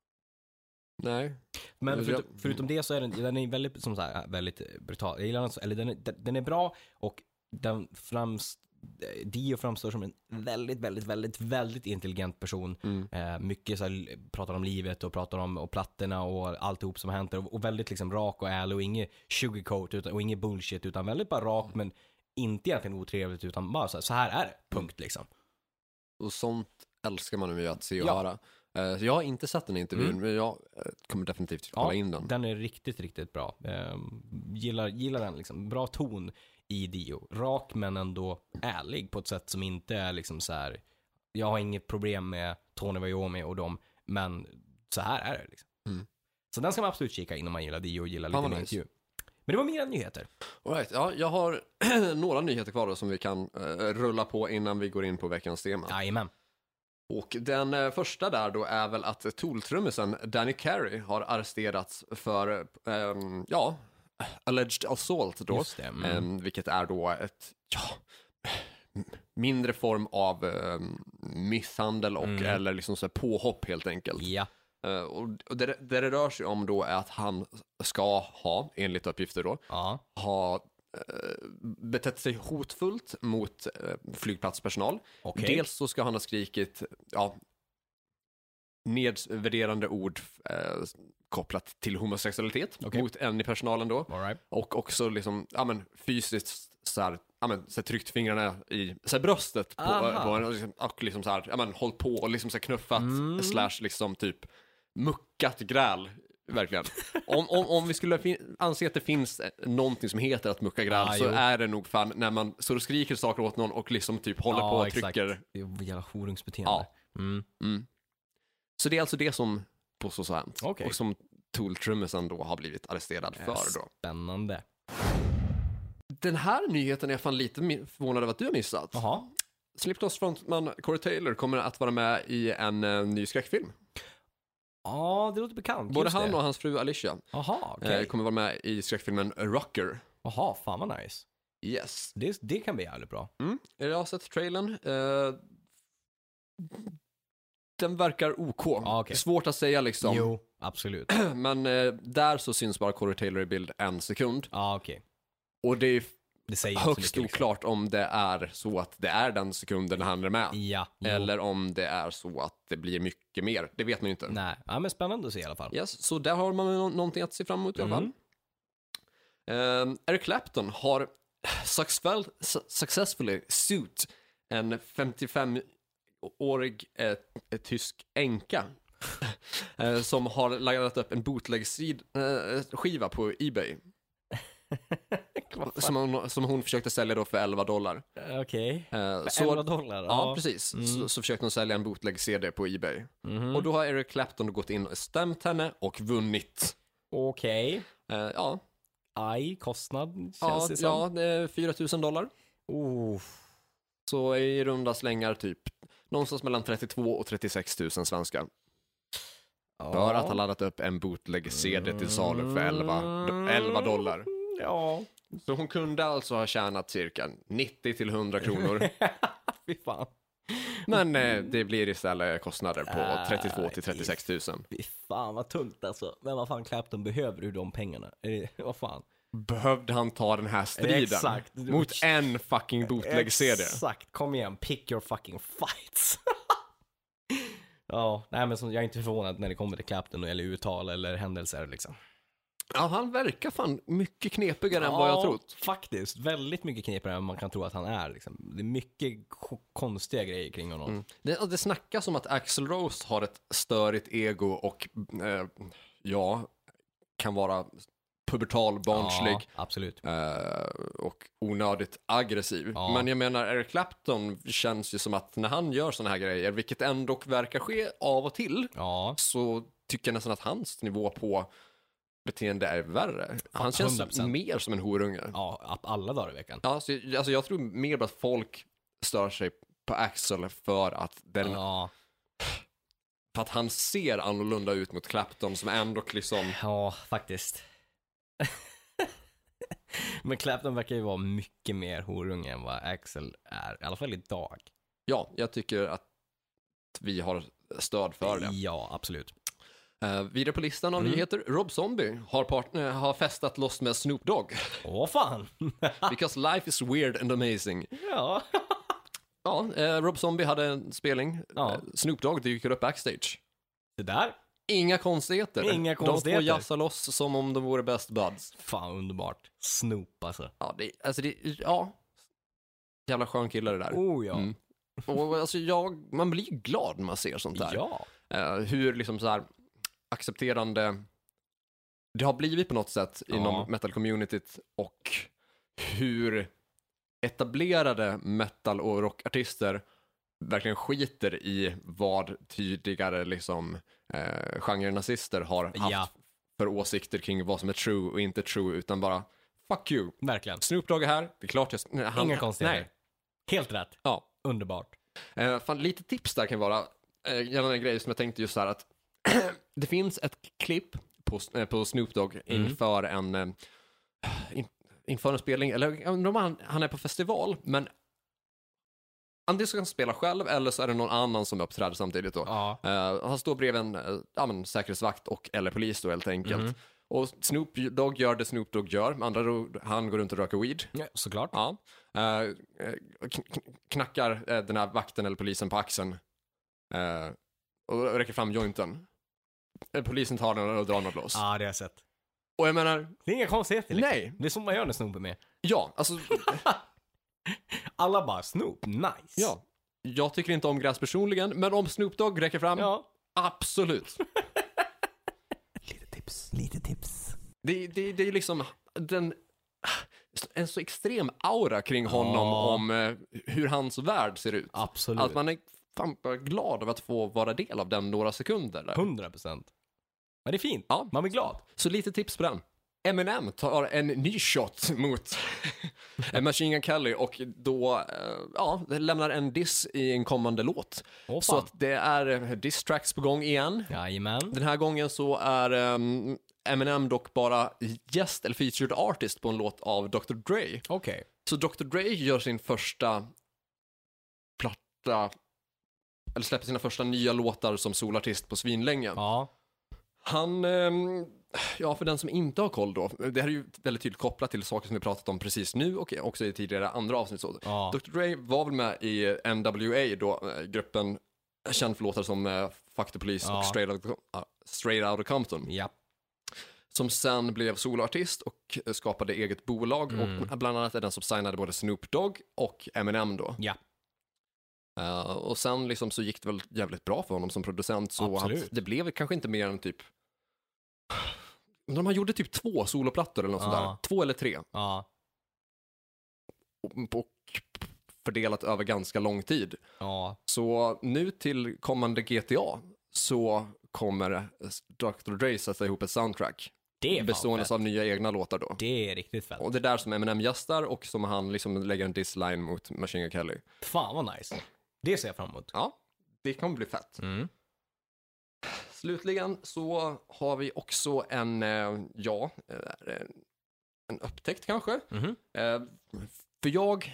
Nej. Men för, Jag- förutom det så är den, den är väldigt, som så här, väldigt brutal. Jag gillar den, så- eller den är, den, den är bra och den frams, Dio framstår som en väldigt, väldigt, väldigt, väldigt intelligent person. Mm. Eh, mycket så här, pratar om livet och pratar om och plattorna och alltihop som har hänt och, och väldigt liksom rak och ärlig och inget sugarcoat utan, och inget bullshit utan väldigt bara rak men inte egentligen otrevligt utan bara så här, så här är det, punkt liksom. Och sånt älskar man ju att se och Ja. höra. Eh, Jag har inte sett den intervjun, Mm. men jag eh, kommer definitivt kolla Ja, in den. Den är riktigt, riktigt bra. Eh, gillar, gillar den liksom. Bra ton i Dio. Rak men ändå ärlig på ett sätt som inte är liksom så här. Jag har inget problem med Tony Iommi och dem, men så här är det liksom. Mm. Så den ska man absolut kika in om man gillar Dio och gillar Ja, lite vad mer nice. intervju. Men det var mina nyheter. All right, ja, jag har några nyheter kvar då som vi kan eh, rulla på innan vi går in på veckans tema. Jajamän. Och den eh, första där då är väl att Tool-trummisen Danny Carey har arresterats för, ehm, ja, alleged assault då. Just det. Mm. Ehm, vilket är då ett, ja, mindre form av ehm, misshandel och Mm. eller liksom så här påhopp helt enkelt. Ja. Eh, och och det, det det rör sig om då är att han ska ha, enligt uppgifter då, Ja. ha eh, betett sig hotfullt mot eh, flygplatspersonal. Okej. Dels så ska han ha skrikit, ja, nedvärderande ord eh, kopplat till homosexualitet Okej. mot en i personalen då. All right. Och också liksom, ja men fysiskt så här, ja men så här, tryckt fingrarna i så här, bröstet på, Aha. på en, och liksom, och liksom så här, ja men hållit på och liksom så här, knuffat Mm. slash liksom typ muckat gräl. Verkligen. Om, om, om vi skulle fin- anse att det finns någonting som heter att mucka gräl Ah, så jo. är det nog fan när man så skriker saker åt någon och liksom typ håller Ja, på och exakt. trycker. Det är jävla horungsbeteende. Ja. Mm. Mm. Så det är alltså det som påstås ha hänt. Okej. Och som Tool-trummisen då har blivit arresterad för då. Spännande. Den här nyheten är jag fan lite mi- förvånad över att du har missat. Jaha. Slipknots frontman Corey Taylor kommer att vara med i en uh, ny skräckfilm. Ja, det låter bekant. Både just han det. och hans fru Alicia Aha, okej. eh, kommer vara med i skräckfilmen Rocker. Jaha, fan vad nice. Yes. Det, det kan bli jävligt bra. Mm. Jag har sett trailern. Eh, den verkar OK. Ja, okej. Svårt att säga liksom. Jo, absolut. Men eh, där så syns bara Corey Taylor i bild en sekund. Ja, okej. Och det är Det säger inte så högst mycket, liksom. oklart om det är så att det är den sekunden han är med. Ja, jo. Eller om det är så att det blir mycket mer. Det vet man ju inte. Nej, ja, men spännande att se i alla fall. Yes, så där har man nå- någonting att se fram emot i alla fall. Mm. Eh, Eric Clapton har successful, su- successfully suit en femtiofemårig eh, tysk änka eh, som har laddat upp en bootleg-skiva eh, på eBay. som, hon, som hon försökte sälja då för elva dollar. Okej. Eh, För så, elva dollar? ja, precis. Mm. Så, så försökte hon sälja en bootleg-C D på eBay. Mhm. Och då har Eric Clapton gått in och stämt henne och vunnit. Okej. Eh, ja, Aj, kostnad känns ja, det som. ja, det är fyra tusen dollar. Oh. Så i runda slängar typ någonstans mellan trettiotvå och trettiosex tusen svenska. Ja. För att ha laddat upp en bootleg-C D till salu för elva, elva dollar. Ja. Så hon kunde alltså ha tjänat cirka nittio till hundra kronor. Fy fan. Men eh, det blir istället kostnader på Ah, trettiotvå till trettiosex tusen. Fy fan vad tungt alltså. Men vad fan, Clapton behöver ju de pengarna. Är det, vad fan? Behövde han ta den här striden Exakt. mot en fucking bootleg-C D? Exakt, kom igen. Pick your fucking fights. Ja, nej men som, jag är inte förvånad när det kommer till Clapton eller uttal eller händelser liksom. Ja, han verkar fan mycket knepigare än vad jag trott. Faktiskt, väldigt mycket knepigare än man kan tro att han är liksom. Det är mycket k- konstiga grejer kring honom. Mm. Det, det snackas om att Axl Rose har ett störigt ego och eh, ja, kan vara pubertal, barnslig Ja, absolut. eh, och onödigt aggressiv. Ja. Men jag menar, Eric Clapton känns ju som att när han gör såna här grejer, vilket ändå verkar ske av och till, Ja, så tycker jag nästan att hans nivå på beteende är värre. Han känns hundra procent. mer som en horunge. ja, alla dagar i veckan. Ja, så, alltså jag tror mer på att folk stör sig på Axl för att den Ja, för att han ser annorlunda ut mot Clapton som ändå liksom... ja, faktiskt. Men Clapton verkar ju vara mycket mer horunge än vad Axl är. I alla fall idag. Ja, jag tycker att vi har stöd för det. Ja, absolut. Uh, vidare på listan av Mm. nyheter, Rob Zombie har, part- äh, har festat loss med Snoop Dogg. Åh fan! Because life is weird and amazing. Ja. Ja, eh, Rob Zombie hade en spelning. Ja. Eh, Snoop Dogg dyker upp backstage. Det där? Inga konstigheter. Inga De konstigheter. två jassar loss som om de vore best buds. Fan underbart. Snoop alltså. Ja, det, alltså det, ja. Jävla skön kille det där. Oh ja. Mm. Och alltså jag, man blir ju glad när man ser sånt där. Ja. Eh, hur liksom så här accepterande det har blivit på något sätt Ja. inom metal-communityt och hur etablerade metal- och rockartister verkligen skiter i vad tidigare liksom eh, genre-nazister har haft Ja. för åsikter kring vad som är true och inte true, utan bara fuck you. Verkligen. Snoop Dogg är här, det är klart jag... Han, Inga konstigheter. Nej. Helt rätt. Ja. Underbart. Eh, fan, lite tips där kan vara eh, gällande en grej som jag tänkte just så här att det finns ett klipp på, eh, på Snoop Dogg Mm. inför en eh, in, inför en spelning, eller jag undrar om han, han är på festival, men antingen ska han spela själv eller så är det någon annan som uppträder samtidigt då. Ja. Eh, han står bredvid en eh, ja, men, säkerhetsvakt och eller polis då helt enkelt. Mhm. Och Snoop Dogg gör det Snoop Dogg gör, med andra ord, han går runt och röker weed. Ja, såklart. Ja. Eh, eh, kn- kn- knackar eh, den här vakten eller polisen på axeln eh, och räcker fram jointen. Eh, Polisen tar den och drar några blås. Ja, det har jag sett. Och jag menar, Det är inga konstigheter liksom. nej, Det är som man gör när Snoop är med. ja, alltså, Alla bara, Snoop, nice. ja. Jag tycker inte om gräs personligen, men om Snoop Dogg räcker fram, Ja. absolut. Lite tips. Lite tips. Det, det, det är liksom den, en så extrem aura kring honom Ja. om eh, hur hans värld ser ut. Absolut. Att man är fan bara glad över att få vara del av den några sekunder där. Hundra procent. Men det är fint. Ja. Man blir glad. Så lite tips på den. Eminem tar en ny shot mot Machine Gun Kelly, och då eh, ja, det lämnar en diss i en kommande låt. Åh, Så fan. att det är diss tracks på gång igen. Jajamän. Den här gången så är um, Eminem dock bara gäst eller featured artist på en låt av doktor Dre. Okej. Så doktor Dre gör sin första platta, eller släpper sina första nya låtar som solartist på svinlänge. Ja. Han, ehm, ja, för den som inte har koll då, det här är ju väldigt tydligt kopplat till saker som vi pratat om precis nu och också i tidigare andra avsnitt. Så. Ja. doktor Dre var väl med i N W A då, eh, gruppen känd för låtar som eh, Fuck the Police Ja. och Straight Out, uh, Straight Outta Compton. Ja. Som sen blev soloartist och skapade eget bolag Mm. och bland annat är den som signade både Snoop Dogg och Eminem då. Ja. Uh, och sen liksom så gick det väl jävligt bra för honom som producent, så Absolut. att det blev kanske inte mer än typ de har gjorde typ två soloplattor eller något Ja. sånt där. Två eller tre. Ja. Och, och fördelat över ganska lång tid. Ja. Så nu till kommande G T A så kommer doktor Dre sätta ihop ett soundtrack. Det är fan bestående fett. av nya egna låtar då. Det är riktigt fett. Och det är där som Eminem gästar och som han liksom lägger en diss-line mot Machine Gun Kelly. Fan vad nice. Det ser jag fram emot. Ja, det kommer bli fett. Mm. Slutligen så har vi också en, eh, ja, eh, en upptäckt kanske. Mhm. Eh, För jag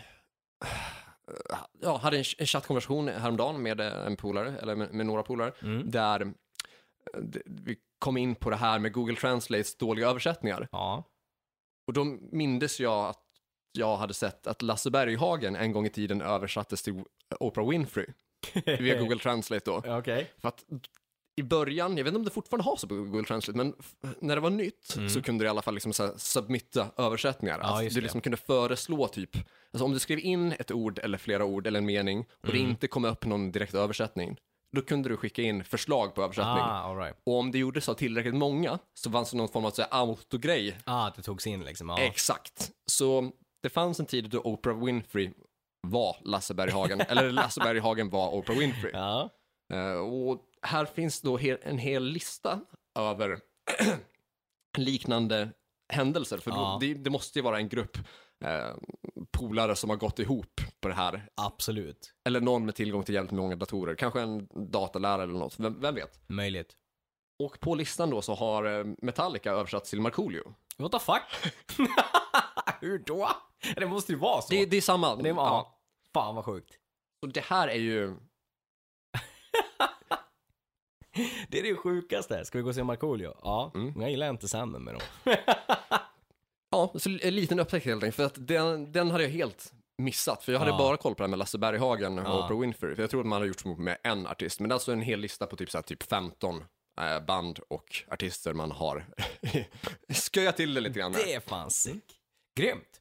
eh, ja, hade en, en chattkonversation häromdagen med eh, en polare, eller med, med några polare, Mm. där eh, d- vi kom in på det här med Google Translates dåliga översättningar. Ja. Och då mindes jag att jag hade sett att Lasse Berghagen en gång i tiden översattes till Oprah Winfrey via Google Translate då. Okej. För att i början, jag vet inte om det fortfarande har så på Google Translate, men f- när det var nytt Mm. så kunde du i alla fall liksom så här submitta översättningar. Ja, Att just du det. liksom kunde föreslå typ, alltså om du skrev in ett ord eller flera ord eller en mening och det Mm. inte kom upp någon direkt översättning, då kunde du skicka in förslag på översättning. Ah, all right. Och om det gjordes av tillräckligt många så fanns det någon form av så här autogrej. Ah, det togs in liksom. Ja. Exakt. Så det fanns en tid då Oprah Winfrey var Lasse Berghagen, eller Lasse Berghagen var Oprah Winfrey. Ja. Eh, och här finns då he- en hel lista över liknande händelser. För då, Ja. det, det måste ju vara en grupp eh, polare som har gått ihop på det här. Absolut. Eller någon med tillgång till jävligt många datorer. Kanske en datalärare eller något. Vem, vem vet? Möjligt. Och på listan då så har eh, Metallica översatts till Markoolio. What the fuck? Hur då? Det måste ju vara så. Det, det är samma. det var, ja. Fan vad sjukt. Så det här är ju... Det är det sjukaste. Ska vi gå och se Markoolio? Ja. Mm. Jag gillar inte Sandman med dem. Ja, så en liten upptäckt helt enkelt. För att den, den hade jag helt missat. För jag hade Ja. bara koll på det med Lasse Berghagen och Ja. Oprah Winfrey. För jag tror att man har gjort så med en artist. Men det är alltså en hel lista på typ, så här, typ femton eh, band och artister man har sköjat till det lite grann. Det är fan sick. Grymt.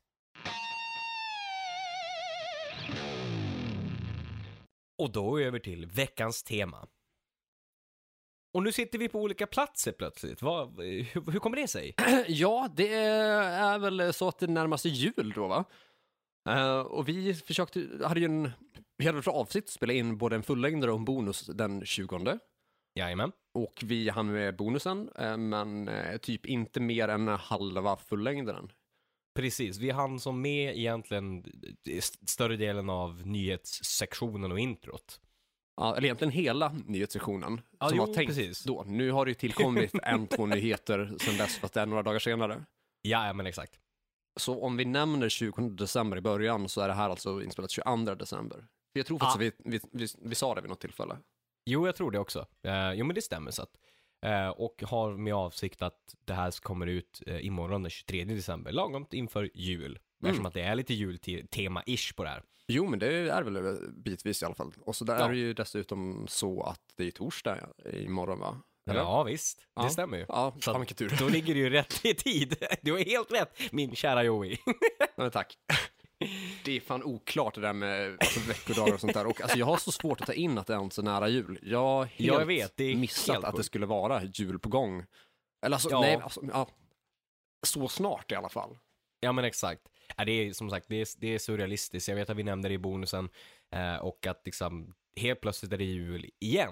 Och då över till veckans tema. Och nu sitter vi på olika platser plötsligt. Vad, hur, hur kommer det sig? Ja, det är väl så att det närmar sig jul då, va? Eh, och vi försökte, hade ju en, vi hade för avsikt att spela in både en fullängdare och en bonus den tjugonde. Jajamän. Och vi hann med bonusen, eh, men eh, typ inte mer än halva fullängdaren. Precis, vi hann som med egentligen st- större delen av nyhetssektionen och introt. Ja, eller egentligen hela nyhetssektionen Ja, som jo, var tänkt precis. då. Nu har det ju tillkommit en, två nyheter sedan dess, fast det är några dagar senare. Ja, men exakt. Så om vi nämner tjugonde december i början så är det här alltså inspelat tjugoandra december. För jag tror faktiskt Ah. att vi, vi, vi, vi sa det vid något tillfälle. Jo, jag tror det också. Eh, jo, men det stämmer så att. Eh, och har med avsikt att det här kommer ut eh, imorgon den tjugotredje december, lagom inför jul. Mm. Eftersom att det är lite jultema-ish på det här. Jo, men det är väl bitvis i alla fall. Och så där Ja. är det ju dessutom så att det är torsdag imorgon, va? Eller? Ja, visst. Ja. Det stämmer ju. Ja, Så fan vilken tur. Då ligger det ju rätt i tid. Du har helt rätt, min kära Joey. Nej, tack. Det är fan oklart det där med alltså, veckodagar och sånt där. Och alltså, jag har så svårt att ta in att det är ens så nära jul. Jag har helt Jag vet, det är missat helt att det sjukt. skulle vara jul på gång. Eller alltså, Ja. nej, alltså, ja. Så snart i alla fall. Ja, men exakt. Ja, det är som sagt, det är, det är surrealistiskt. Jag vet att vi nämnde det i bonusen. Eh, och att liksom, helt plötsligt är det jul igen.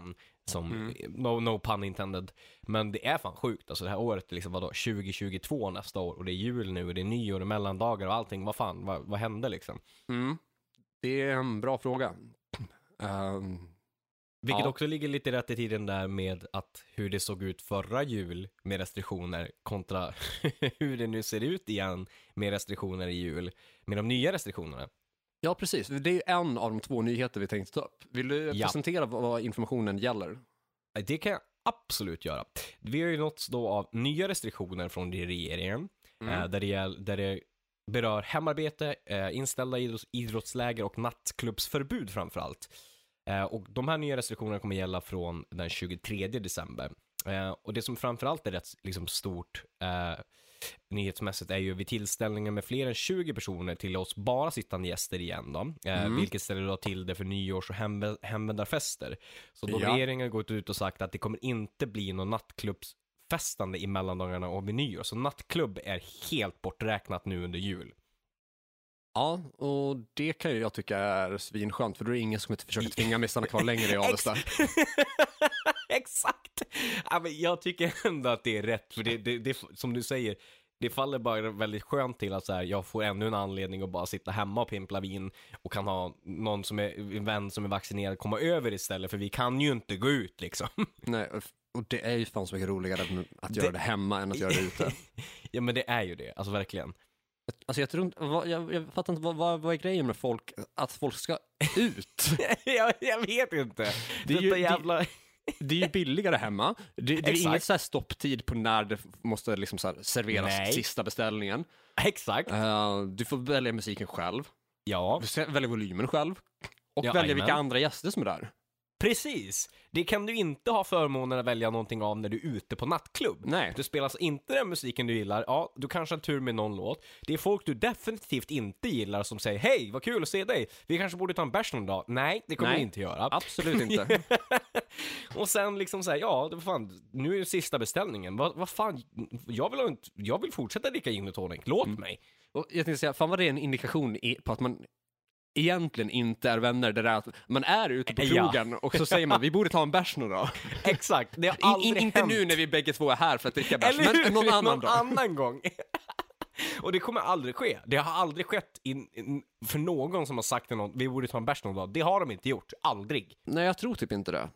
Som, Mm. no, no pun intended. Men det är fan sjukt. Alltså det här året är liksom vadå, tjugo tjugotvå nästa år. Och det är jul nu och det är nyår och mellandagar och allting. Vad fan, vad, vad hände liksom? Mm. Det är en bra fråga. Um, Vilket ja. också ligger lite rätt i tiden där med att hur det såg ut förra jul med restriktioner kontra hur det nu ser ut igen med restriktioner i jul med de nya restriktionerna. Ja, precis. Det är en av de två nyheter vi tänkte ta upp. Vill du Ja. presentera vad, vad informationen gäller? Det kan jag absolut göra. Vi har ju nåtts då av nya restriktioner från regeringen Mm. eh, där, det gäll, där det berör hemarbete, eh, inställda idrotts, idrottsläger och nattklubbsförbud framförallt. Eh, och de här nya restriktionerna kommer gälla från den tjugotredje december. Eh, och det som framförallt är rätt liksom, stort eh, nyhetsmässigt är ju vid tillställningar med fler än tjugo personer till oss bara sittande gäster igen då. Eh, Mm. Vilket ställer då till det för nyårs- och hemvä- hemvändarfester. Så då Ja. regeringen har gått ut och sagt att det kommer inte bli någon nattklubbsfestande i mellandagarna och vid nyår. Så nattklubb är helt borträknat nu under jul. Ja, och det kan ju jag tycka är svinskönt, för då är det ingen som inte försöker tvinga mig stanna kvar längre i Avesta. Exakt! Ja, men jag tycker ändå att det är rätt, för det, det, det, som du säger, det faller bara väldigt skönt till att så här, jag får ännu en anledning att bara sitta hemma och pimpla vin och kan ha någon som är en vän som är vaccinerad komma över istället, för vi kan ju inte gå ut liksom. Nej, och det är ju fan så mycket roligare att göra det, Det- hemma än att göra det ute. Ja, men det är ju det, alltså verkligen. Alltså jag tror inte, vad- jag, jag fattar inte, vad, vad, vad är grejen med folk, att folk ska ut? jag, jag vet inte. Det är ju- Detta jävla... Det är ju billigare hemma. Det, det är Exakt. inget så här stopptid på när det måste liksom så här serveras Nej. sista beställningen. Exakt. Eh, du får välja musiken själv, Ja, du får välja volymen själv och Ja, välja jajamän. vilka andra gäster som är där. precis. Det kan du inte ha förmånen att välja någonting av när du är ute på nattklubb. Nej. Du spelar alltså inte den musiken du gillar, ja, du kanske har tur med någon låt. Det är folk du definitivt inte gillar som säger hej, vad kul att se dig, vi kanske borde ta en bärs någon dag. Nej, det kommer Nej. vi inte göra. Absolut inte. Och sen liksom säga, ja, det var fan, nu är det sista beställningen. Vad, vad fan, jag vill, ha inte, jag vill fortsätta dricka gin och tonic, låt mig. Och jag tänkte säga, fan vad det är en indikation i, på att man egentligen inte är vänner. Det där att man är ute på Ja. krogen och så säger man, vi borde ta en bärs någon dag. Exakt, det har In, aldrig in, inte hänt. nu när vi bägge två är här för att dricka bärs, Eller hur? men någon annan någon dag. annan gång. Och det kommer aldrig ske. Det har aldrig skett in, in, för någon som har sagt till någon, vi borde ta en bärs någon dag. Det har de inte gjort. Aldrig. Nej, jag tror typ inte det.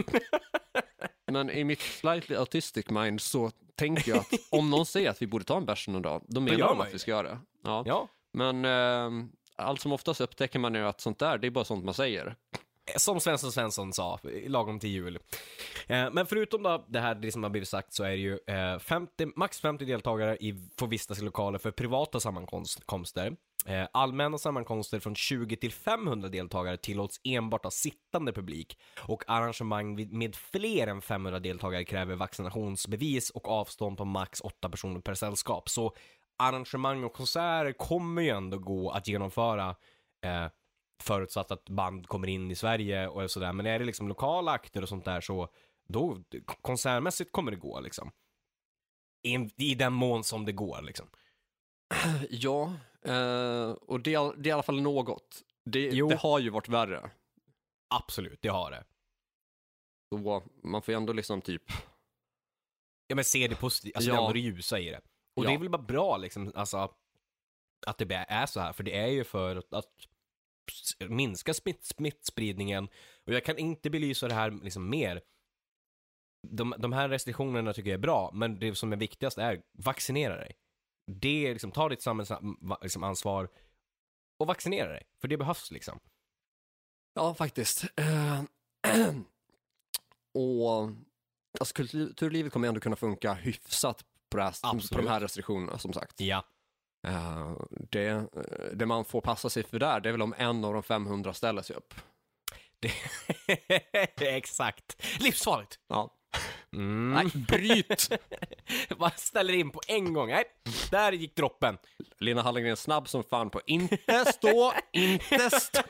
Men i mitt slightly autistic mind så tänker jag att om någon säger att vi borde ta en bärs någon dag, då menar gör de man att ju vi ska göra det. Ja. Ja. Men eh, allt som oftast upptäcker man ju att sånt där, det är bara sånt man säger. Som Svensson Svensson sa, lagom till jul. Eh, men förutom då, det här det som har blivit sagt, så är det ju eh, femtio, max femtio deltagare i, får vistas i lokaler för privata sammankomster. Eh, allmänna sammankomster från tjugo till femhundra deltagare tillåts enbart av sittande publik. Och arrangemang vid, med fler än femhundra deltagare kräver vaccinationsbevis och avstånd på max åtta personer per sällskap. Så arrangemang och konserter kommer ju ändå gå att genomföra eh, förutsatt att band kommer in i Sverige och sådär. Men är det liksom lokala akter och sånt där, så då konsertmässigt kommer det gå liksom. I, i den mån som det går liksom. Ja, eh, och det är, det är i alla fall något. Det, Jo. det har ju varit värre. Absolut, det har det. Så man får ju ändå liksom typ... Ja, men se det positivt, alltså Ja. det är ändå det ljusa i det. Och Ja. det är väl bara bra liksom, alltså att det är så här, för det är ju för att, att minska smitt, smittspridningen. Och jag kan inte belysa det här liksom mer. De, de här restriktionerna tycker jag är bra, men det som är viktigast är vaccinera dig. Det är liksom, ta ditt samhällsansvar liksom, ansvar och vaccinera dig, för det behövs liksom. Ja, faktiskt. Eh, och alltså, kulturlivet kommer ändå kunna funka hyfsat på, det här, på Absolut. de här restriktionerna, som sagt. Ja. Eh, det, det man får passa sig för där, det är väl om en av de femhundra ställer sig upp. Det exakt. Livsfarligt. Ja. Mm. Nej, bryt! Bara ställer in på en gång. Nej, där gick droppen. Lena Hallengren snabb som fan på inte stå, inte stå.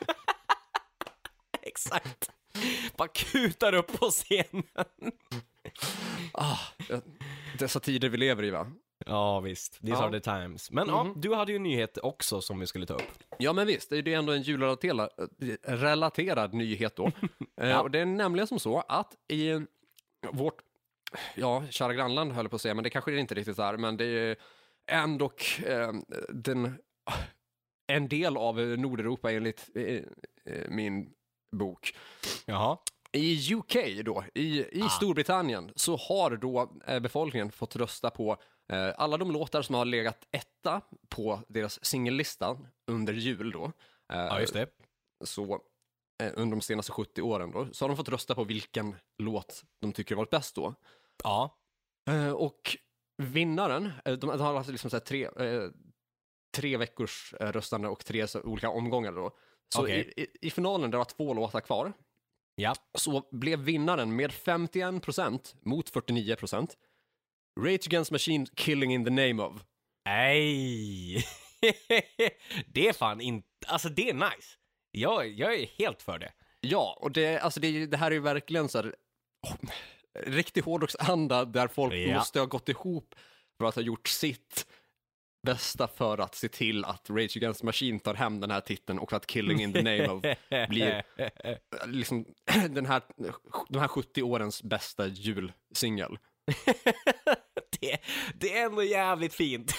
Exakt. Bara kutar upp på scenen. Ah, dessa tider vi lever i, va? Ja, visst. These Ja. are the times. Men Mhm. ja, du hade ju en nyhet också som vi skulle ta upp. Ja, men visst, det är ju ändå en julrelaterad relaterad nyhet då. eh, Ja. och det är nämligen som så att i vårt, ja, kära grannland höll jag på att säga, men det kanske det inte riktigt är, men det är ändå eh, den, en del av Nordeuropa enligt eh, eh, min bok. Jaha. I U K då, i, i Ah. Storbritannien, så har då eh, befolkningen fått rösta på eh, alla de låtar som har legat etta på deras singellistan under jul då. Eh, Ja, just det. Så eh, under de senaste sjuttio åren då, så har de fått rösta på vilken låt de tycker har varit bäst då. Ja. Eh, och vinnaren, eh, de, de har alltså liksom så här tre, eh, tre veckors eh, röstande och tre så, olika omgångar då. Så Okej. i, i, i finalen, där var två låtar kvar, Ja. så blev vinnaren med femtioen procent mot fyrtionio procent Rage Against the Machine, Killing in the Name of. Nej. Det är fan inte... Alltså, det är nice. Jag, jag är helt för det. Ja, och det, alltså det, det här är ju verkligen så här, oh, riktig hårdrocksanda där folk Ja. måste ha gått ihop för att ha gjort sitt bästa för att se till att Rage Against the Machine tar hem den här titeln och att Killing in the Name of blir liksom den här, de här sjuttio årens bästa julsingel. det, det är ändå jävligt fint.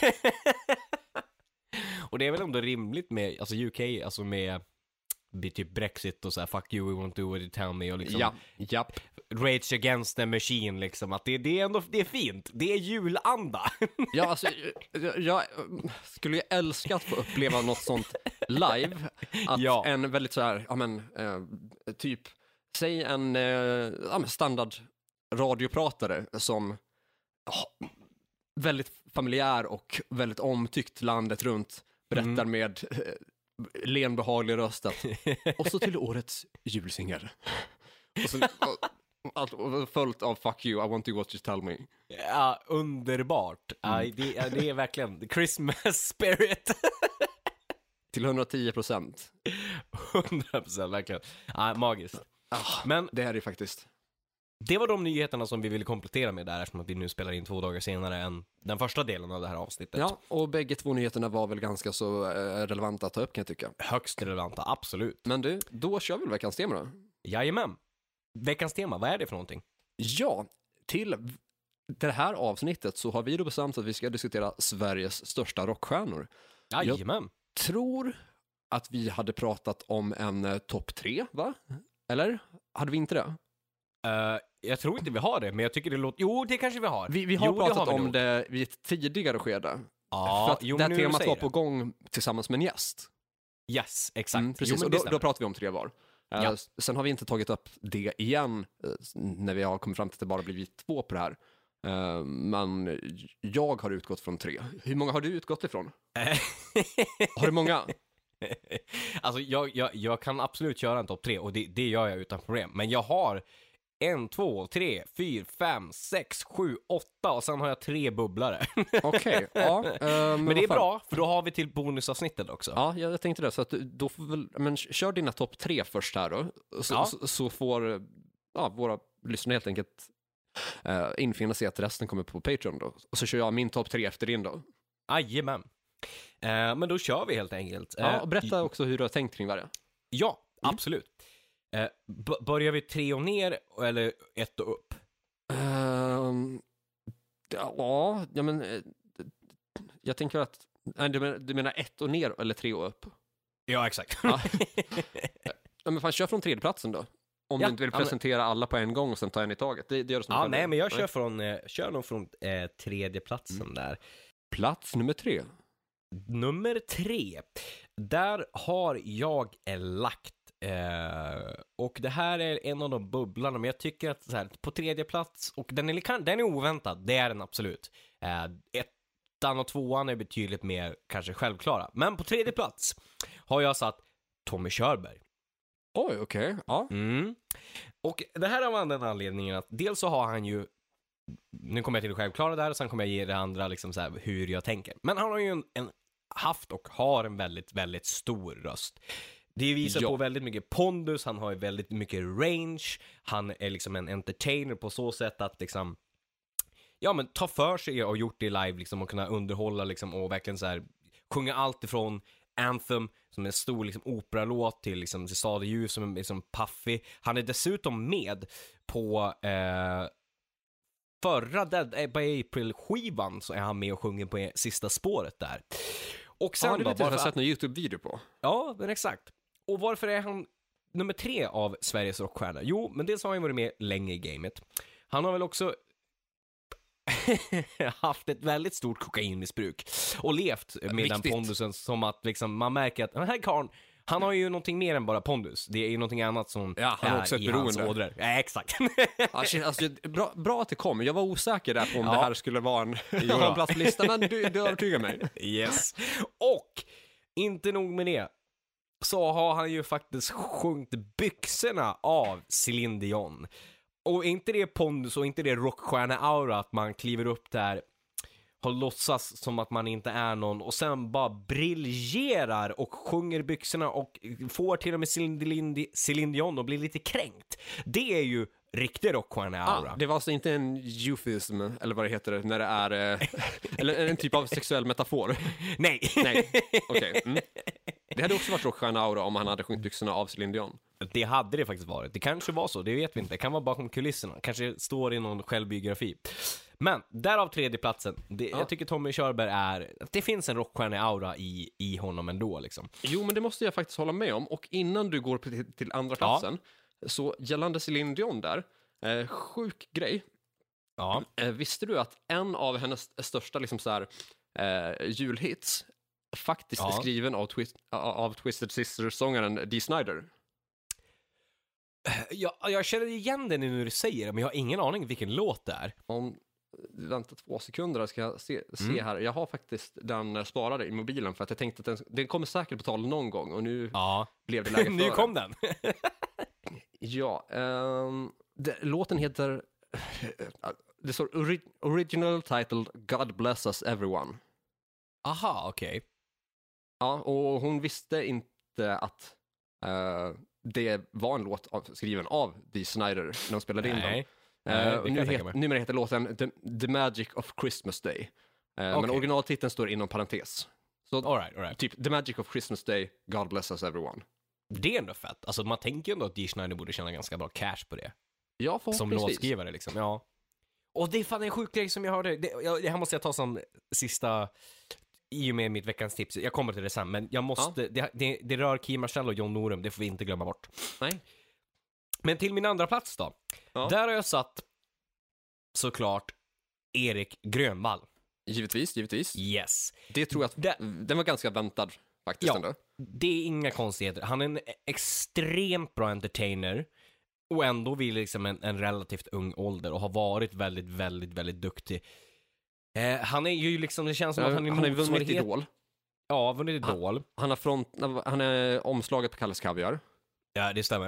Och det är väl ändå rimligt med, alltså U K, alltså med, med typ Brexit och så här, fuck you, we won't do what you tell me, och liksom Ja, japp. Rage Against the Machine, liksom, att det, det är ändå, det är fint. Det är julanda. Ja, alltså, jag, jag skulle ju älska att få uppleva något sånt live. Att Ja. en väldigt så här, ja men, eh, typ, säg en eh, ja, men standard radiopratare som ja, väldigt familjär och väldigt omtyckt landet runt berättar Mm. med eh, len behaglig röst att, och så till årets julsingel. Och så, och, allt- och följt av fuck you, I want to what you tell me. Ja, underbart. Aj, det, ja, det är verkligen the Christmas spirit. Till hundratio procent. hundra procent, verkligen. Ja, magiskt. Ah, Men det här är faktiskt. det var de nyheterna som vi ville komplettera med där, eftersom att vi nu spelar in två dagar senare än den första delen av det här avsnittet. Ja, och bägge två nyheterna var väl ganska så eh, relevanta att ta upp, kan jag tycka. Högst relevanta, absolut. Men du, då kör vi väl veckans tema då? Jajamän. Veckans tema, vad är det för någonting? Ja, till v- det här avsnittet så har vi då bestämt att vi ska diskutera Sveriges största rockstjärnor. Jajamän. Tror att vi hade pratat om en eh, topp tre, va? Eller? Hade vi inte det? Uh, jag tror inte vi har det, men jag tycker det låter... Jo, det kanske vi har. Vi, vi har jo, pratat det har vi om nog. det vid ett tidigare skede. Ja, för att jo, det här men nu när du temat säger var det. på gång tillsammans med en gäst. Yes, exakt. Mm, precis, Jo, men och det då, stämmer. då pratar vi om tre var. Eh, Ja. Sen har vi inte tagit upp det igen eh, när vi har kommit fram till att det bara blivit två på det här. Eh, Men jag har utgått från tre. Hur många har du utgått ifrån? Har du många? Alltså, jag, jag, jag kan absolut köra en topp tre, och det, det gör jag utan problem. Men jag har en, två, tre, fyra, fem, sex, sju, åtta, och sen har jag tre bubblare. Okej, ja. eh, men Men det är vad fan. bra, för då har vi till bonusavsnittet också. Ja, jag jag tänkte det. Så att du- då får väl, men kör dina topp tre först här då. Så, Ja. så, så får ja, våra lyssnare helt enkelt uh, infinna sig att resten kommer på Patreon då. Och så kör jag min topp tre efter din då. Jajamän. Eh, men då kör vi helt enkelt. Ja, Eh, och berätta också hur du har tänkt kring varje. Ja, absolut. Eh, b- börjar vi tre och ner, eller ett och upp? Ehm, ja, ja, men eh, jag tänker att nej, du, menar, du menar ett och ner eller tre och upp? Ja, exakt. Ja. Ja, men fan, kör från tredjeplatsen då. Om Ja, du inte vill ja, men- presentera alla på en gång och sen ta en i taget. Det, det gör du som Ja, följer. nej, men jag kör, från, eh, kör nog från eh, tredje platsen Mm. där. Plats nummer tre. Nummer tre. Där har jag eh, lagt, eh, och det här är en av de bubblarna, men jag tycker att så här, på tredje plats, och den är, kan- den är oväntad, det är den absolut. Eh, ettan och tvåan är betydligt mer kanske självklara. Men på tredje plats har jag satt Tommy Körberg. Oj, okej. Ja. Mm. Och det här av den anledningen att dels så har han ju, nu kommer jag till det självklara där, och sen kommer jag ge det andra liksom så här, hur jag tänker. Men han har ju en, en haft och har en väldigt, väldigt stor röst. Det visar Ja. på väldigt mycket pondus, han har ju väldigt mycket range, han är liksom en entertainer på så sätt att liksom, ja, men ta för sig och gjort det live liksom, och kunna underhålla liksom, och verkligen så här sjunga allt ifrån Anthem som är en stor liksom, operalåt till liksom, till Stad i ljus som är liksom, paffig. Han är dessutom med på eh, förra Dead by April-skivan, så är han med och sjunger på sista spåret där. Och sen ja, det då, vet jag, jag har varför... sett en YouTube-video på. Ja, men exakt. Och varför är han nummer tre av Sveriges rockstjärnor? Jo, men dels har han varit med länge i gamet. Han har väl också haft ett väldigt stort kokainmissbruk och levt med Viktigt. den pondusen som att liksom, man märker att den här karln, han har ju någonting mer än bara pondus. Det är ju någonting annat som Ja, han har är också ett i hans beroende. ådror. Ja, exakt. Ja, shit, alltså, bra, bra att det kom. Jag var osäker där på om Ja. det här skulle vara en, Jo ha en då. plats på listan, men du, du övertygar mig. Yes. Och inte nog med det, så har han ju faktiskt sjungit byxorna av Céline Dion. Och inte det pondus och inte det rockstjärne-aura att man kliver upp där och låtsas som att man inte är någon och sen bara briljerar och sjunger byxorna och får till och med Céline Céline Dion och blir lite kränkt. Det är ju riktig rockstjärne-aura. Ah, det var alltså inte en euphemism, eller vad det heter, när det är eh, eller en typ av sexuell metafor. Nej. Nej, okej. Okay. Mm. Det hade också varit rockstjärne-aura om han hade sjungit byxorna av Céline Dion. Det hade det faktiskt varit. Det kanske var så, det vet vi inte. Det kan vara bakom kulisserna. Kanske står i någon självbiografi. Men, därav tredje platsen. Det, Ja. Jag tycker Tommy Körberg är... Det finns en rockstjärne-aura i, i honom ändå, liksom. Jo, men det måste jag faktiskt hålla med om. Och innan du går till, till andra platsen, så gällande Céline Dion där, eh, sjuk grej. Ja. Eh, visste du att en av hennes största liksom så här, eh, julhits faktiskt Ja. är skriven av, twist, av Twisted Sister-sångaren Dee Snider? Jag, jag känner igen den när du säger det, men jag har ingen aning vilken låt det är. Om vänta två sekunder här ska jag se, se Mm. här. Jag har faktiskt den eh, sparad i mobilen för att jag tänkte att den, den kommer säkert på tal någon gång och nu Ja. blev det läge för Nu det. kom den. Ja, ehm, det, låten heter det står ori, original titled God Bless Us Everyone. Aha, okej. Ja, och hon visste inte att eh, det var en låt av, skriven av Dee Snider när de spelade in den. Nej. Eh, Nej, det och kan nu jag tänka het, mig. numera heter låten The, The Magic of Christmas Day. Eh, Men Okej. originaltiteln står inom parentes. Så All right, all right. typ The Magic of Christmas Day, God Bless Us Everyone. Det är ändå fett. Alltså man tänker ju ändå att Dee Snider borde tjäna ganska bra cash på det. Ja, Som förhoppningsvis. låtskrivare liksom, ja. Och det är fan en sjuk grej som jag hörde. Det, jag, det här måste jag ta som sista, i och med mitt veckans tips. Jag kommer till det sen, men jag måste, det, det, det rör Kim Marcel och John Norum, det får vi inte glömma bort. Nej. Men till min andra plats då. Ja. Där har jag satt, såklart, Erik Grönvall. Givetvis, givetvis. Yes. Det tror jag att Det- den var ganska väntad faktiskt Ja. ändå. Det är inga konstigheter. Han är en extremt bra entertainer. Och ändå vill liksom en, en relativt ung ålder och har varit väldigt, väldigt, väldigt duktig. Eh, han är ju liksom, det känns som att han är han har ju vunnit motsvarighet- Idol. Ja, vunnit Idol. Han har front, han är omslaget på Kalles Kaviar. Ja, det stämmer.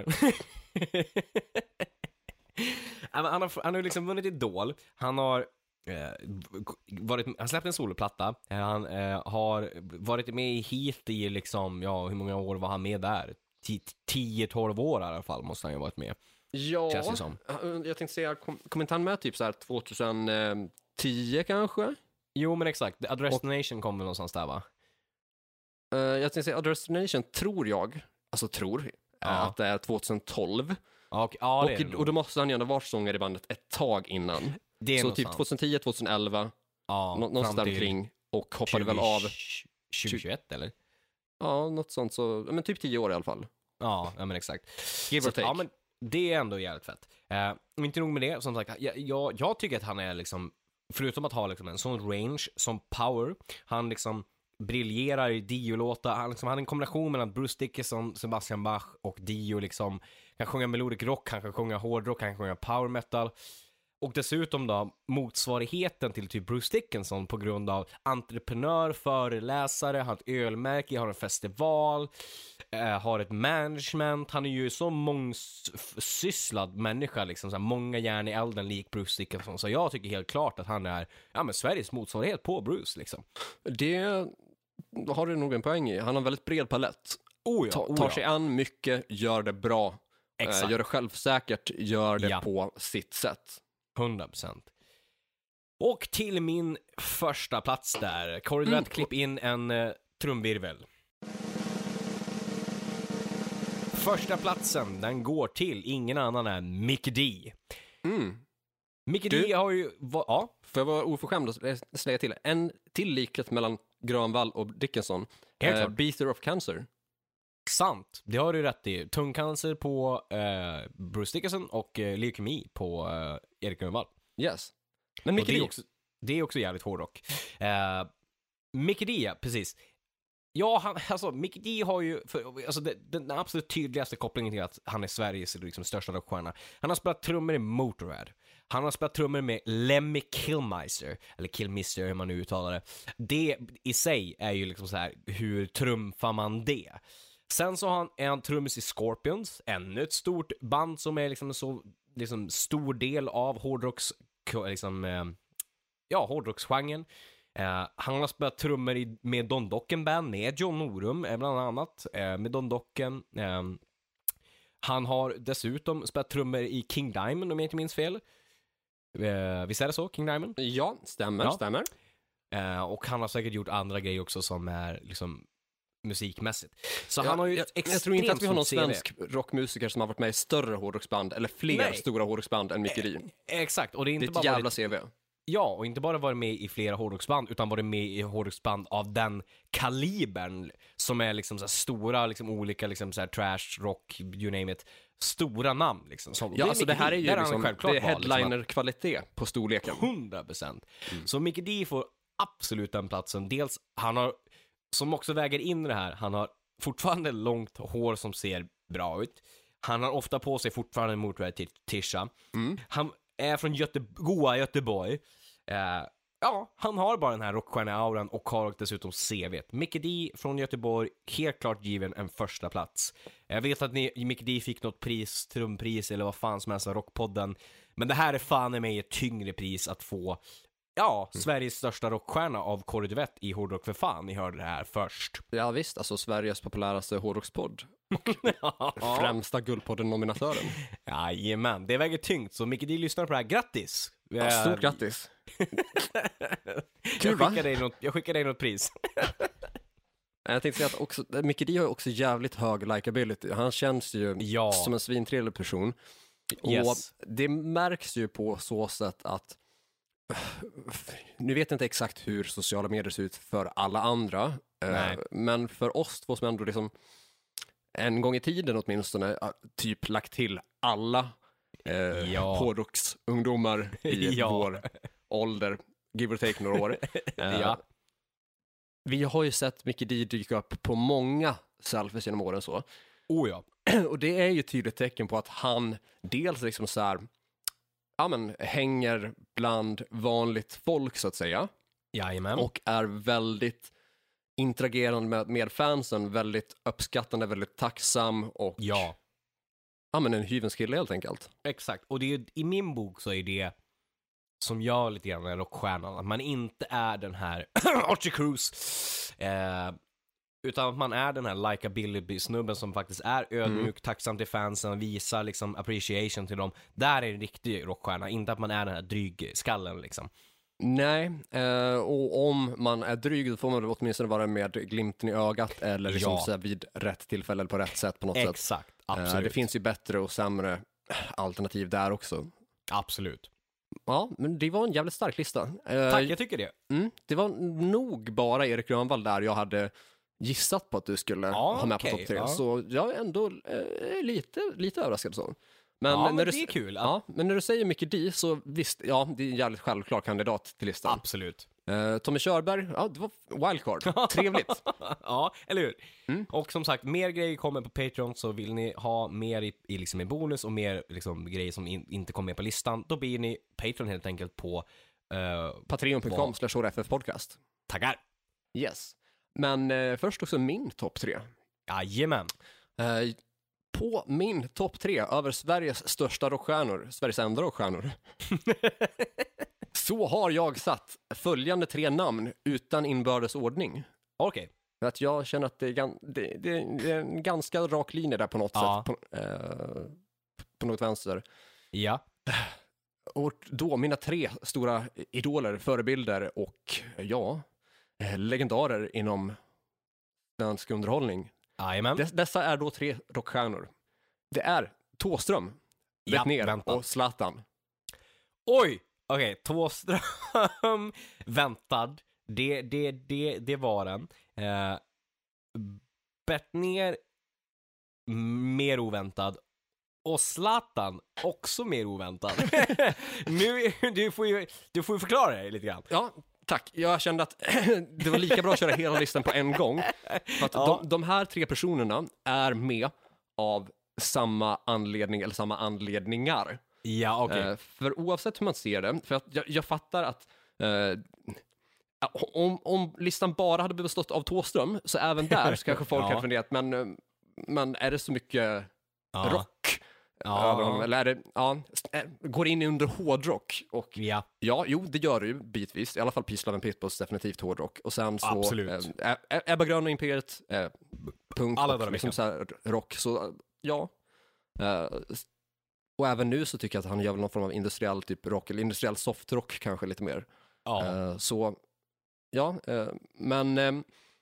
han, han har, han har liksom vunnit Idol. Han har eh, varit, han släppte en soloplatta. Eh, han eh, har varit med i Heat i liksom, ja, hur många år var han med där? tio tolv år i alla fall måste han ju ha varit med. Ja, Känns det som. jag tänkte säga, kom, kom inte han med typ så här tjugohundratio kanske? Jo, men exakt. The Other Destination kommer någonstans där, va? Uh, jag tänkte säga, Other Destination tror jag, alltså tror, eh, Ja. att det är tjugohundratolv. Ja, och, ja det är det och, nog. och då måste han ju ändå varit sångare i bandet ett tag innan. Det är Så nog typ sant. tjugohundratio, tjugohundraelva, Ja, nå- någonstans fram där till omkring. Och hoppade väl av, tjugohundratjugoett, eller? ja, något sånt, så, men typ tio år i alla fall. Ja, ja men exakt. Give Så or att, take. ja, men det är ändå jävligt fett. Eh, och inte nog med det, som sagt, jag, jag, jag tycker att han är liksom, förutom att ha liksom en sån range som power, han liksom briljerar i Dio-låtar, han, liksom, han är en kombination mellan Bruce Dickinson, Sebastian Bach och Dio liksom, kan sjunga melodic rock, han kan sjunga hårdrock, han kan sjunga power metal. Och dessutom då motsvarigheten till typ Bruce Dickinson på grund av entreprenör, föreläsare, har ett ölmärke, har en festival, eh, har ett management. Han är ju så mångsysslad människa liksom, så här, många järn i elden lik Bruce Dickinson. Så jag tycker helt klart att han är, ja, men Sveriges motsvarighet på Bruce liksom. Det har du nog en poäng i. Han har en väldigt bred palett. Oh ja, Ta, oh tar ja. sig an mycket, gör det bra. Exakt. Eh, gör det självsäkert, gör det Ja. på sitt sätt. hundra procent. Och till min första plats där. Corey mm. klipp in en uh, trumvirvel. Första platsen, den går till ingen annan än Mikkey D. Mm. Mikkey D har ju... Va, ja. För jag var oförskämd att säga till. En till likhet mellan Grönvall och Dickinson. Eh, Beater of Cancer. Sant, det har du rätt i. Tungcancer på eh, Bruce Dickinson och eh, leukemi på eh, Erik Grönvall. Yes. Men Mikkey D. Det är också, det är också jävligt hårdrock. Eh, Mikkey D, precis. Ja, han, alltså Mikkey D har ju för, alltså det, den absolut tydligaste kopplingen till att han är Sveriges liksom, största rockstjärna. Han har spelat trummor i Motörhead. Han har spelat trummor med Lemmy Kilmister, eller Kilmister hur man nu uttalar det. Det i sig är ju liksom så här, hur trumfar man det? Sen så har han, är han trummis i Scorpions, ännu ett stort band som är liksom en så liksom, stor del av hårdrocks, liksom, eh, ja, hårdrocksgenren. Uh, han har spelat trummor i, med Don Dokken Band, med John Norum bland annat, uh, med Don Dokken. Uh, han har dessutom spelat trummor i King Diamond, om jag inte minns fel. Uh, visst är det så, King Diamond? Ja, stämmer, ja. stämmer. Uh, och han har säkert gjort andra grejer också som är liksom musikmässigt. Så ja, han har ju jag, jag tror inte att vi har någon svensk rockmusiker som har varit med i större hårdrocksband, eller fler Nej. stora hårdrocksband än Mikkey D. Eh, exakt, och det är inte det är bara ett jävla varit... C V. Ja, och inte bara varit med i flera hårdrocksband utan varit med i hårdrocksband av den kalibern som är liksom så här stora, liksom olika liksom så här trash, rock, you name it, stora namn liksom. Som, ja, det alltså det här är ju är liksom, det är headliner-kvalitet liksom, på storleken. hundra procent. Mm. Så Mikkey D får absolut den platsen. Dels, han har, som också väger in det här, han har fortfarande långt hår som ser bra ut. Han har ofta på sig fortfarande en Motörhead-tisha. Mm. Han är från Göte- goa Göteborg. Uh, ja, han har bara den här rockstjärne-auran och har dessutom C V. Mikkey D från Göteborg, helt klart given en första plats. Jag vet att ni, Mikkey D fick något pris, trumpris eller vad fan som helst av Rockpodden. Men det här är fan i mig ett tyngre pris att få. Ja, mm. Sveriges största rockstjärna av Corey Duvett i Hårdrock för fan. Ni hörde det här först. Ja visst, alltså Sveriges populäraste hårdrockspodd. Och främsta Guldpodden-nominatören. Jajamän, det väger tyngt. Så Mikkey D lyssnar på det här. Grattis! Ja, stort grattis. Kul, jag, skickar dig något, jag skickar dig något pris. Jag tänkte säga att också, Mikkey D har ju också jävligt hög likability. Han känns ju ja. som en svintrevlig person. Yes. Och det märks ju på så sätt att nu vet jag inte exakt hur sociala medier ser ut för alla andra. Nej. Men för oss två som ändå liksom en gång i tiden åtminstone typ lagt till alla eh, ja. hårdrocksungdomar i ja. vår ålder, give or take några år. eh, ja. Vi har ju sett Mikkey D dyka upp på många selfies genom åren så. Oh ja. Och det är ju ett tydligt tecken på att han dels liksom så här, ja men hänger bland vanligt folk så att säga. Jajamän. Och är väldigt interagerande med, med fansen, väldigt uppskattande, väldigt tacksam och ja. Ja men en hyvens kille helt enkelt. Exakt, och det är ju, i min bok så är det som jag lite grann är rockstjärnan, att man inte är den här Archie Cruz eh, utan att man är den här likability-snubben som faktiskt är ödmjuk, mm. tacksam till fansen, visar liksom appreciation till dem. Där är en riktig rockstjärna, inte att man är den här drygskallen liksom. Nej, eh, och om man är dryg då får man åtminstone vara med glimten i ögat eller liksom ja. så vid rätt tillfälle eller på rätt sätt på något Exakt, sätt. Exakt, absolut. Eh, det finns ju bättre och sämre alternativ där också. Absolut. Ja, men det var en jävligt stark lista. Eh, Tack, jag tycker det. Mm, det var nog bara Erik Grönvall där jag hade gissat på att du skulle ja, ha med okay, på topp tre. Ja. Så jag är ändå eh, lite, lite överraskad så. Men, ja, när men du, det är kul. Ja, men när du säger Mikkey D så visst, ja, det är en jävligt självklar kandidat till listan. Absolut. Uh, Tommy Körberg, ja, det var wildcard. Trevligt. Ja, eller hur? Mm. Och som sagt, mer grejer kommer på Patreon, så vill ni ha mer i, i, liksom i bonus och mer liksom, grejer som in, inte kommer med på listan, då blir ni Patreon helt enkelt på uh, patreon punkt com slash h r f f podcast. Tackar. Yes. Men uh, först också min topp tre. Jajamän. Uh, På min topp tre över Sveriges största rockstjärnor, Sveriges enda rockstjärnor, så har jag satt följande tre namn utan inbördes ordning. Okej. Okay. För att jag känner att det är, gan- det, det, det är en ganska rak linje där på något ja. sätt. På, eh, på något vänster. Ja. och då mina tre stora idoler, förebilder och ja, legendarer inom svensk underhållning. Jajamän. Des, dessa är då tre rockstjärnor. Det är Thåström, Ja, Betnér vänta. och Zlatan. Oj! Okej, okay, Thåström, väntad. Det, det, det, det var den. Eh, Betnér, mer oväntad. Och Zlatan, också mer oväntad. nu, du får ju du får ju förklara dig lite grann. Ja, tack. Jag kände att det var lika bra att köra hela listan på en gång. För att Ja. de, de här tre personerna är med av samma anledning eller samma anledningar. Ja, okej. Okay. Eh, för oavsett hur man ser det, för att jag, jag fattar att eh, om, om listan bara hade bestått av Thåström, så även där så kanske folk Ja. hade funderat, men, eh, men är det så mycket Ja. rock Ja. över honom? Eller är det, ja, eh, går in under hårdrock? Och Ja. ja, jo, det gör det ju bitvis. I alla fall Peace, Love and Pitbulls, definitivt hårdrock. Och sen så Absolut. eh, Ä- Ebba Grön och Imperiet, eh, punk Alla och dagar i liksom veckan. så här rock. Så ja. Eh, och även nu så tycker jag att han gör väl någon form av industriell typ rock, eller industriell softrock kanske lite mer. Ja. Eh, så ja, eh, men eh,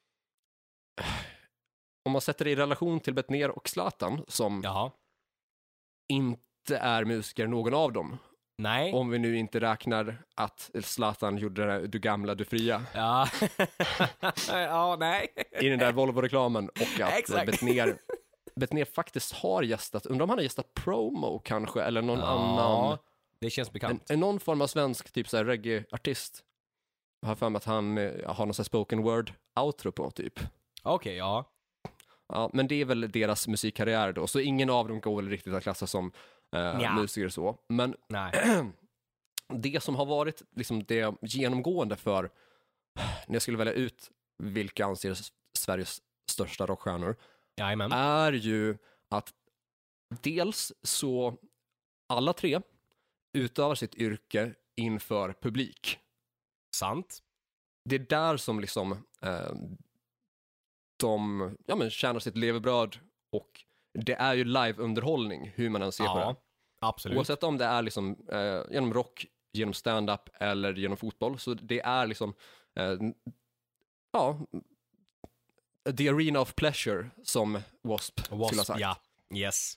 om man sätter det i relation till Betnér och Zlatan, som Jaha. inte är musiker någon av dem, Nej. om vi nu inte räknar att Zlatan gjorde det där Du gamla, du fria Ja. Ja, nej. i den där Volvo-reklamen, och att Exakt. Betnér, Betnér faktiskt har gästat, undrar om han har gästat Promo kanske, eller någon Ja, annan, det känns en, bekant. en någon form av svensk typ så här reggae-artist. Jag har för mig att han eh, har någon så här spoken word outro på typ. Okej, ja. Ja, men det är väl deras musikkarriär då, så ingen av dem går väl riktigt att klassa som eh, Nja. musiker så. Men Nej. det som har varit liksom det genomgående för, när jag skulle välja ut vilka jag anser Sveriges största rockstjärnor, Jajamän. är ju att dels så alla tre utövar sitt yrke inför publik. Sant. Det är där som liksom eh, de ja, men tjänar sitt levebröd, och det är ju liveunderhållning hur man än ser på det. Ja, absolut. Oavsett om det är liksom eh, genom rock, genom stand-up eller genom fotboll, så det är liksom eh, ja, the arena of pleasure, som W.A.S.P. skulle ha Was, sagt. ja. Yes.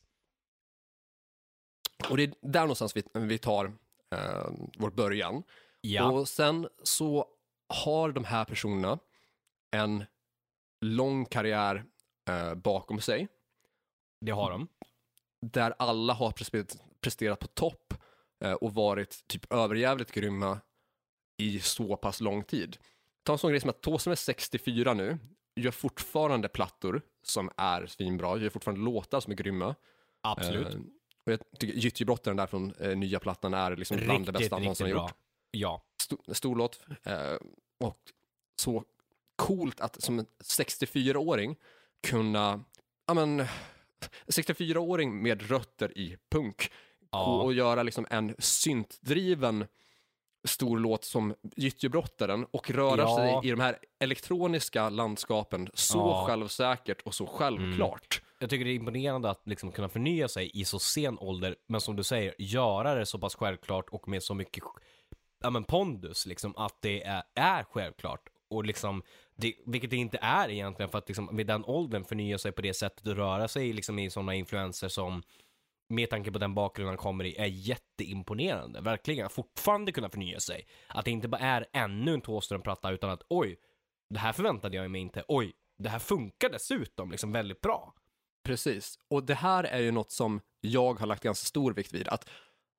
Och det är där någonstans vi, vi tar eh, vår början. Ja. Och sen så har de här personerna en lång karriär eh, bakom sig, Det har de. där alla har presterat, presterat på topp eh, och varit typ överjävligt grymma i så pass lång tid. Ta en sån grej som att Thåström är sextiofyra nu, gör fortfarande plattor som är svinbra, gör fortfarande låtar som är grymma. Absolut. Eh, och jag tycker Gyttjebrottaren där från eh, nya plattan är liksom bland det bästa han någonsin har gjort. Ja. Sto- stor låt. Eh, och så coolt att som en sextiofyra-åring kunna, ja men, sextiofyra-åring med rötter i punk, Ja. och göra liksom en syntdriven stor låt som Gyttjebrottaren, och röra Ja. sig i de här elektroniska landskapen så Ja. självsäkert och så självklart. Jag tycker det är imponerande att liksom kunna förnya sig i så sen ålder, men som du säger, göra det så pass självklart och med så mycket ja, men pondus, liksom, att det är, är självklart. Och liksom, det, vilket det inte är egentligen, för att liksom, med den åldern förnya sig på det sättet och röra sig liksom, i sådana influenser som, med tanke på den bakgrunden han kommer i, är jätteimponerande. Verkligen, att fortfarande kunna förnya sig. Att det inte bara är ännu en Thåström-platta, utan att oj, det här förväntade jag mig inte. Oj, det här funkar dessutom liksom väldigt bra. Precis, och det här är ju något som jag har lagt ganska stor vikt vid, att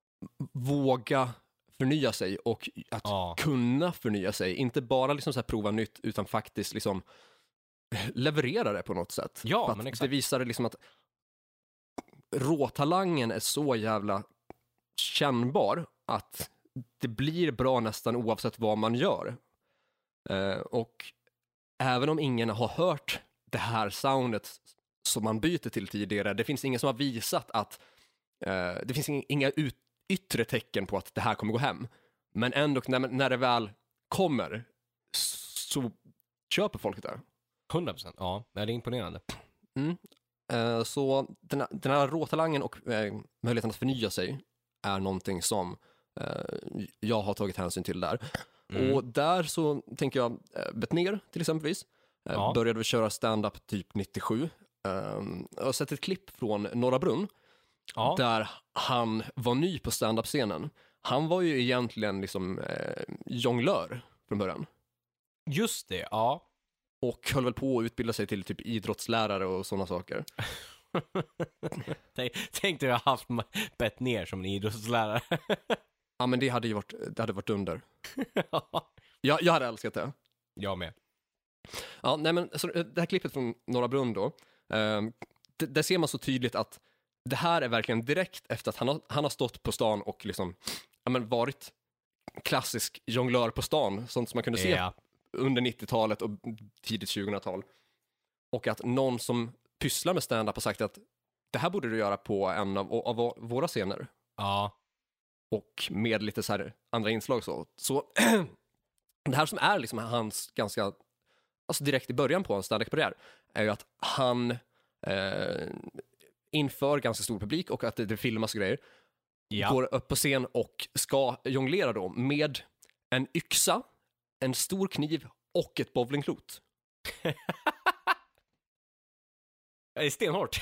våga förnya sig och att Ja. kunna förnya sig, inte bara liksom så här prova nytt, utan faktiskt liksom leverera det på något sätt. Ja, För att men exakt. det visar liksom att råtalangen är så jävla kännbar att det blir bra nästan oavsett vad man gör. Eh, och även om ingen har hört det här soundet som man byter till tidigare, det finns ingen som har visat att eh, det finns inga ut, yttre tecken på att det här kommer gå hem. Men ändå när, när det väl kommer så köper folk det. hundra procent, ja. Det är imponerande. Mm. Eh, så den, den här råtalangen och eh, möjligheten att förnya sig är någonting som eh, jag har tagit hänsyn till där. Mm. Och där så tänker jag eh, Bettner till exempelvis. Eh, Ja. Började vi köra stand-up typ nittiosju. Eh, jag har sett ett klipp från Norra Brunn Ja. där han var ny på stand-up-scenen. Han var ju egentligen liksom eh, jonglör från början. Just det, ja. Och höll väl på att utbilda sig till typ idrottslärare och sådana saker. Tänk, tänk dig att jag haft bett ner som en idrottslärare. Ja, men det hade ju varit, det hade varit under. Jag, jag hade älskat det. Jag med. Ja, nej men så det här klippet från Norra Brunn då, eh, det, där ser man så tydligt att det här är verkligen direkt efter att han har, han har stått på stan och liksom, ja men varit klassisk jonglör på stan, sånt som man kunde se Ja. under nittiotalet och tidigt tjugohundratal. Och att någon som pysslar med stand-up har sagt att det här borde du göra på en av, av våra scener. Ja. Och med lite så här andra inslag så. Så det här som är liksom hans ganska, alltså direkt i början på hans stand-up-karriär är ju att han eh, inför ganska stor publik och att det, det filmas och grejer. Ja. Går upp på scen och ska jonglera då med en yxa, en stor kniv och ett bowlingklot. Det är stenhårt.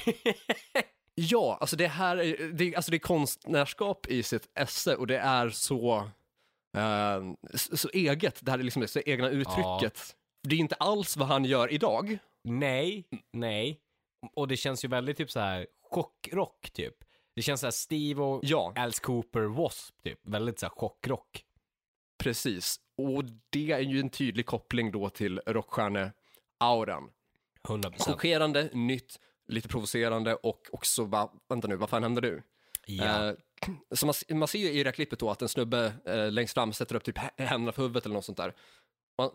Ja, alltså det här är, det, alltså det är konstnärskap i sitt esse och det är så, eh, så, så eget, det här är liksom det så egna uttrycket. Det är inte alls vad han gör idag. Nej, nej. Och det känns ju väldigt typ så här chockrock typ. Det känns så här Steve och Ja, Alice Cooper Wasp typ. Väldigt så här chockrock. precis. Och det är ju en tydlig koppling då till rockstjärne-auran. hundra procent. Chockerande, nytt, lite provocerande och också bara, vänta nu, vad fan händer nu? Ja. Eh, så man, man ser ju i det här klippet då att en snubbe eh, längst fram sätter upp typ händerna för huvudet eller något sånt där. Man,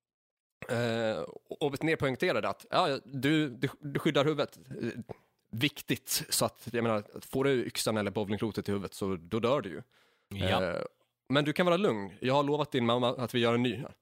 eh, och Bettner poängterade att ja, du, du, du skyddar huvudet. Eh, viktigt, så att jag menar, får du yxan eller bowlingklotet i huvudet så då dör du ju. Ja. Eh, men du kan vara lugn, jag har lovat din mamma att vi gör en ny.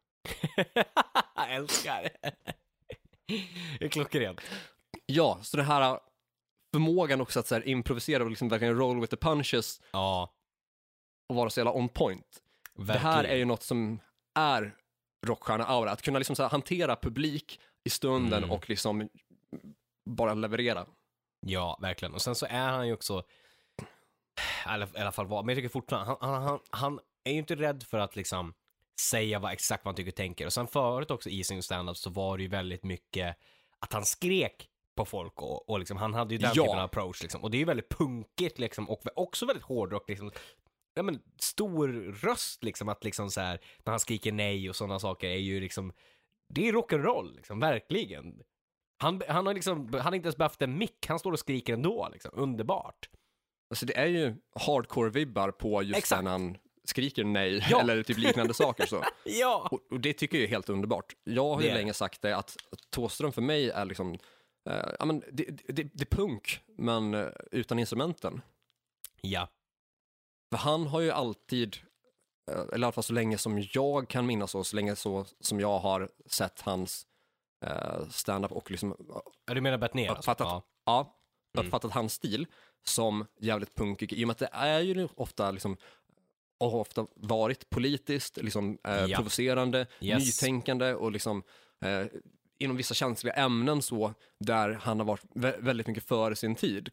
Jag älskar det. Det är klockrent. Ja, så det här förmågan också att så här, improvisera och liksom verkligen roll with the punches Ja, och vara så jävla on point. verkligen. Det här är ju något som är rockstjärna-aura. Att kunna liksom så här, hantera publik i stunden Mm. och liksom bara leverera. Ja, verkligen. Och sen så är han ju också, eller i alla fall vad, men jag tycker fortfarande, han, han, han, han är ju inte rädd för att liksom säga vad exakt vad han tycker och tänker. Och sen förut också i sin stand-up så var det ju väldigt mycket att han skrek på folk och, och liksom, han hade ju den Ja. typen av approach liksom. Och det är ju väldigt punkigt liksom, och också väldigt hårdrock liksom. Ja, men stor röst liksom, att liksom så här, när han skriker nej och sådana saker är ju liksom, det är rock'n'roll liksom, verkligen. Han, han har liksom, han har inte ens behövt en mick, han står och skriker ändå liksom, underbart. Alltså det är ju hardcore-vibbar på just Exakt. när han skriker nej Ja. eller typ liknande saker så. Ja! Och, och det tycker jag är helt underbart. Jag har ju Det är länge sagt det att Thåström för mig är liksom, eh, ja men det, det, det är punk men eh, utan instrumenten. Ja. För han har ju alltid, eh, eller i alla fall så länge som jag kan minnas och så länge så, som jag har sett hans eh, stand-up och liksom Ja, du menar bett ner alltså? uppfattat, Ja. ja, Mm. uppfattat hans stil som jävligt punkig. I och med att det är ju ofta liksom, och har ofta varit politiskt, liksom eh, Ja. provocerande, Yes. nytänkande och liksom eh, inom vissa känsliga ämnen så, där han har varit vä- väldigt mycket före sin tid.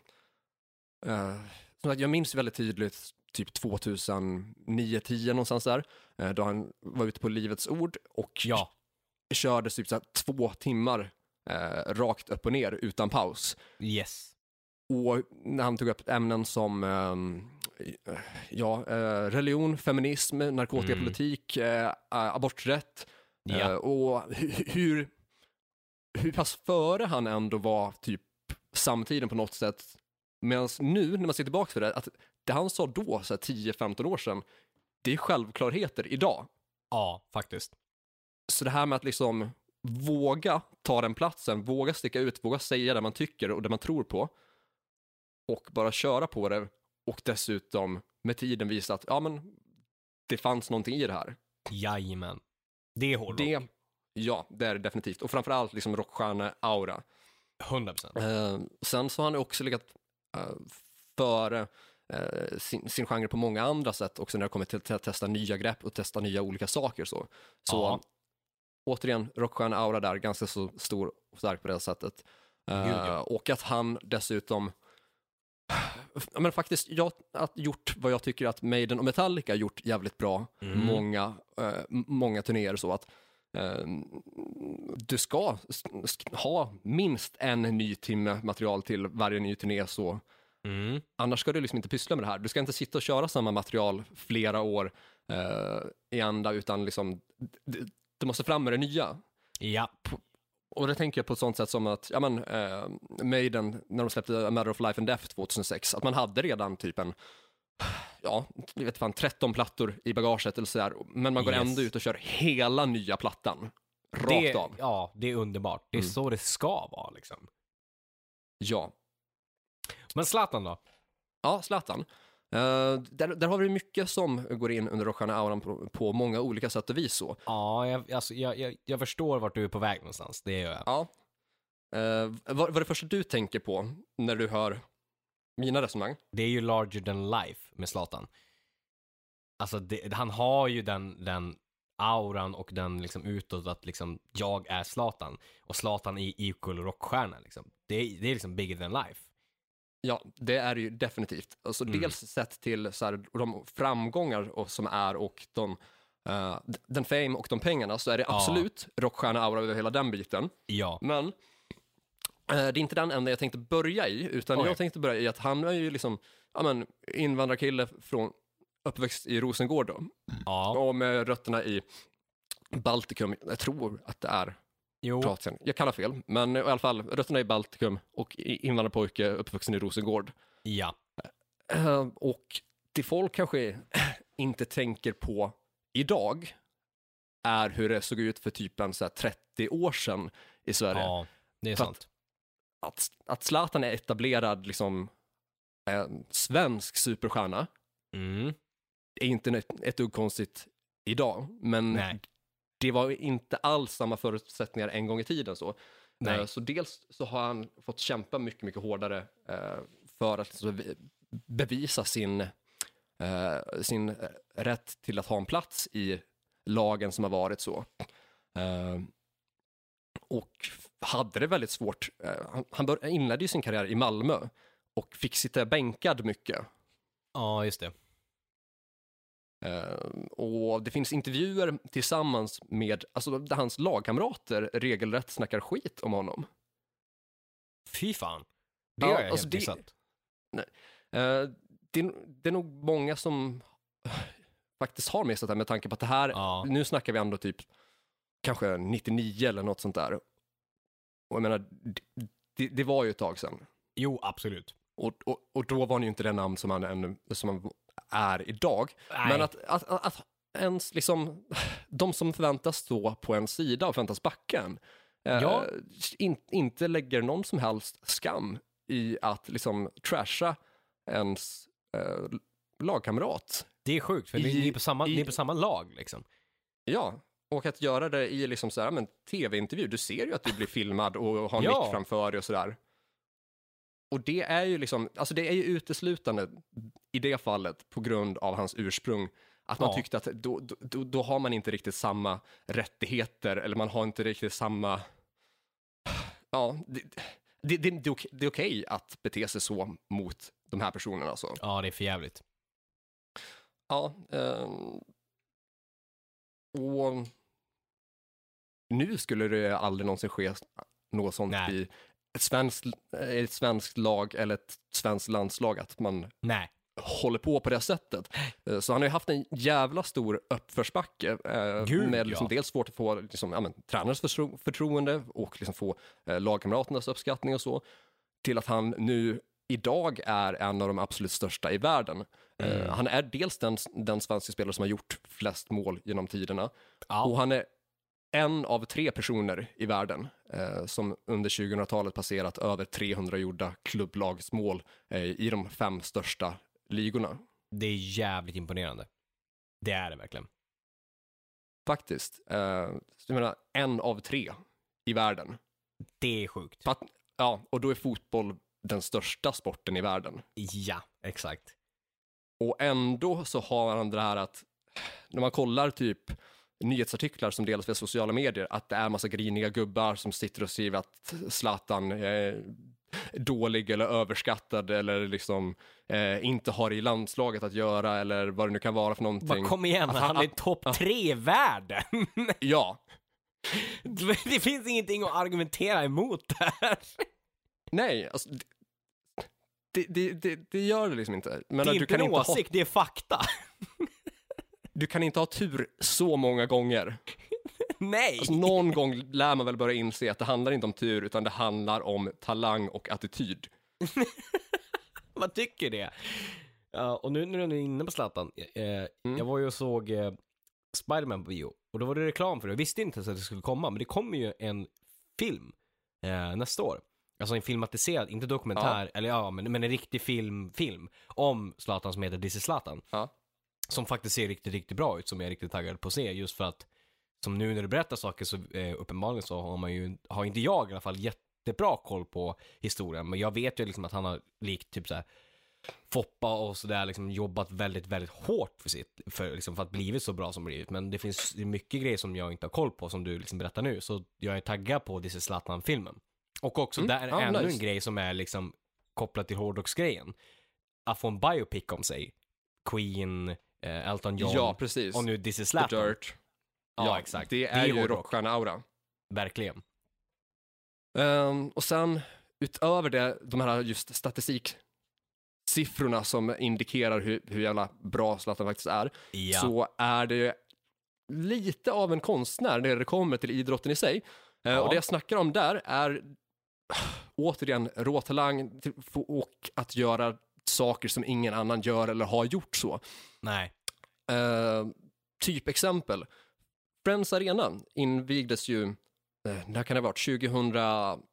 Eh, så att jag minns väldigt tydligt typ tjugohundranio tio någonstans där, eh, då han var ute på Livets Ord och Ja. körde typ så här två timmar eh, rakt upp och ner utan paus. Yes. Och när han tog upp ämnen som ehm, ja, eh, religion, feminism, narkotikapolitik, eh, aborträtt Ja. eh, och hu- hur, hur pass före han ändå var typ samtiden på något sätt. Medan nu när man ser tillbaka för det, att det han sa då, så här tio femton år sedan, det är självklarheter idag. Ja, faktiskt. Så det här med att liksom våga ta den platsen, våga sticka ut, våga säga det man tycker och det man tror på och bara köra på det och dessutom med tiden visa att ja men det fanns någonting i det här. Jajamän. Det är hårdrock. Det, ja, det är det definitivt. Och framförallt liksom rockstjärne-aura. hundra procent. Eh, sen så har han också legat eh, före eh, sin, sin genre på många andra sätt också när det kommer till, till att testa nya grepp och testa nya olika saker. Så, så Ja. återigen, rockstjärna-aura där, ganska så stor och stark på det sättet. Uh, Gud, ja. Och att han dessutom men faktiskt jag har gjort vad jag tycker att Maiden och Metallica gjort jävligt bra. Mm. Många, uh, många turnéer så att uh, du ska sk- ha minst en ny timme material till varje ny turné så. Mm. Annars ska du liksom inte pyssla med det här. Du ska inte sitta och köra samma material flera år uh, i ända utan liksom d- du måste fram med det nya. Ja. Och det tänker jag på ett sånt sätt som att ja, men, eh, Maiden, när de släppte A Matter of Life and Death tjugohundrasex, att man hade redan typ en, ja, jag vet fan, tretton plattor i bagaget eller sådär, men man går Yes. ändå ut och kör hela nya plattan, rakt Det, av. ja, det är underbart. Det är Mm. så det ska vara liksom. Ja. Men Zlatan då? Ja, Zlatan. Uh, där, där har vi mycket som går in under rockstjärna-auran på, på många olika sätt och vis så. Ja, jag, alltså, jag, jag, jag förstår vart du är på väg någonstans. Det gör jag. Ja. Uh, vad, vad är det första du tänker på när du hör mina resonemang? Det är ju larger than life med Zlatan. Alltså, det, han har ju den, den auran och den liksom utåt att liksom, jag är Zlatan. Och Zlatan är equal rockstjärna liksom. Det, är- det är liksom bigger than life. Ja, det är det ju definitivt. Alltså Mm. dels sett till så här, de framgångar och, som är och de, eh, d- den fame och de pengarna så är det Ja. absolut rockstjärna-aura över hela den biten. Ja. Men eh, det är inte den enda jag tänkte börja i, utan Oj. jag tänkte börja i att han är ju liksom ja, men, invandrarkille från uppväxt i Rosengård då, Ja. och med rötterna i Baltikum. Jag tror att det är Jo. Kroatien. Jag kan ha fel, men i alla fall rötterna i Baltikum och i- invandrarpojke uppvuxen i Rosengård. Ja. Eh, och det folk kanske inte tänker på idag är hur det såg ut för typ en så här trettio år sedan i Sverige. Ja, det är För sant. Att, att Zlatan är etablerad liksom en svensk superstjärna Mm. är inte ett, ett dugg konstigt idag, men Nej. det var inte alls samma förutsättningar en gång i tiden så. Nej. Eh, Så dels så har han fått kämpa mycket, mycket hårdare eh, för att liksom be- bevisa sin, eh, sin rätt till att ha en plats i lagen som har varit så. Eh, och hade det väldigt svårt. Eh, han han bör, inledde ju sin karriär i Malmö och fick sitta bänkad mycket. Ja, just det. Eh, och det finns intervjuer tillsammans med, alltså där hans lagkamrater regelrätt snackar skit om honom. Fy fan. Det Ja, har jag alltså helt det- missat. Eh, det, det är nog många som faktiskt har missat det här med tanke på att det här, Ja. nu snackar vi ändå typ kanske nittionio eller något sånt där. Och jag menar, det, det, det var ju ett tag sedan. Jo, absolut. Och, och, och då var han ju inte det namn som han, ännu, som han är idag. Nej. Men att, att, att, att ens liksom, de som förväntas stå på en sida och förväntas backa en, eh, Ja. in, inte lägger någon som helst skam i att liksom trasha ens eh, lagkamrat. Det är sjukt, för ni, I- ni, är på samma, i- ni är på samma lag liksom. Ja, och att göra det i liksom så här, men tv-intervju. Du ser ju att du blir filmad och har en Ja. mick framför dig och sådär. Och det är ju liksom, alltså det är ju uteslutande i det fallet på grund av hans ursprung. Att man Ja. tyckte att då, då, då har man inte riktigt samma rättigheter eller man har inte riktigt samma, ja, det, det, det, det är okej- det är okej att bete sig så mot de här personerna alltså. Ja, det är för jävligt. Ja, ehm, och nu skulle det aldrig någonsin ske något sånt Nej. i ett svenskt, ett svenskt lag eller ett svenskt landslag att man Nej. håller på på det sättet. Eh, Så han har ju haft en jävla stor uppförsbacke eh, Gud, med liksom ja. dels svårt att få liksom, ja, men, tränarens förtro- förtroende och liksom få eh, lagkamraternas uppskattning och så, till att han nu idag är en av de absolut största i världen. Eh, Mm. han är dels den, den svenska spelare som har gjort flest mål genom tiderna Ja. och han är en av tre personer i världen eh, som under tjugohundratalet passerat över trehundra gjorda klubblagsmål eh, i de fem största ligorna. Det är jävligt imponerande. Det är det verkligen. Faktiskt. Eh, jag menar, en av tre i världen. Det är sjukt. För att, ja, och då är fotboll den största sporten i världen. Ja, exakt. Och ändå så har han det här att när man kollar typ nyhetsartiklar som delas via sociala medier, att det är massa griniga gubbar som sitter och skriver att Zlatan är dålig eller överskattad eller liksom eh, inte har i landslaget att göra eller vad det nu kan vara för någonting. Bara kom igen, att han, han är topp tre i världen. Ja. Det finns ingenting att argumentera emot där. Nej, alltså det, det, det, det gör det liksom inte. Men det är du inte kan en inte åsikt, ha, det är fakta. Du kan inte ha tur så många gånger. Nej. Alltså, någon gång lär man väl börja inse att det handlar inte om tur utan det handlar om talang och attityd. Vad tycker det? Ja, och nu när du är inne på Zlatan, eh, mm. jag var ju och såg eh, Spider-Man på bio och då var det reklam för det. Jag visste inte ens att det skulle komma, men det kommer ju en film eh, nästa år. Alltså en filmatiserad, inte dokumentär, ja. eller ja, men, men en riktig film, film om Zlatan som heter This is Zlatan. Ja. Som faktiskt ser riktigt, riktigt bra ut, som jag är riktigt taggad på att se, just för att som nu när du berättar saker så eh, uppenbarligen så har man ju, har inte jag i alla fall jättebra koll på historien, men jag vet ju liksom att han har likt typ så här Foppa och sådär liksom jobbat väldigt, väldigt hårt för sitt, för, liksom, för att blivit så bra som blivit, men det finns mycket grejer som jag inte har koll på som du liksom berättar nu, så jag är taggad på This is Zlatan-filmen. Och också mm. där är ah, ännu nice. En grej som är liksom kopplad till hårdrocksgrejen, att få en biopic om sig, Queen, eh, Elton John, ja, precis. Och nu This is Zlatan. The Dirt. Ja, ja, exakt. Det är, det är ju rockstjärna-aura. Verkligen. Um, och sen, utöver det, de här just statistiksiffrorna som indikerar hur, hur jävla bra Zlatan faktiskt är, ja. Så är det lite av en konstnär när det kommer till idrotten i sig. Ja. Uh, och det jag snackar om där är återigen råtalang och att göra saker som ingen annan gör eller har gjort så. Nej. Uh, typ exempel. Friends Arena invigdes ju, när kan det ha varit, tjugotretton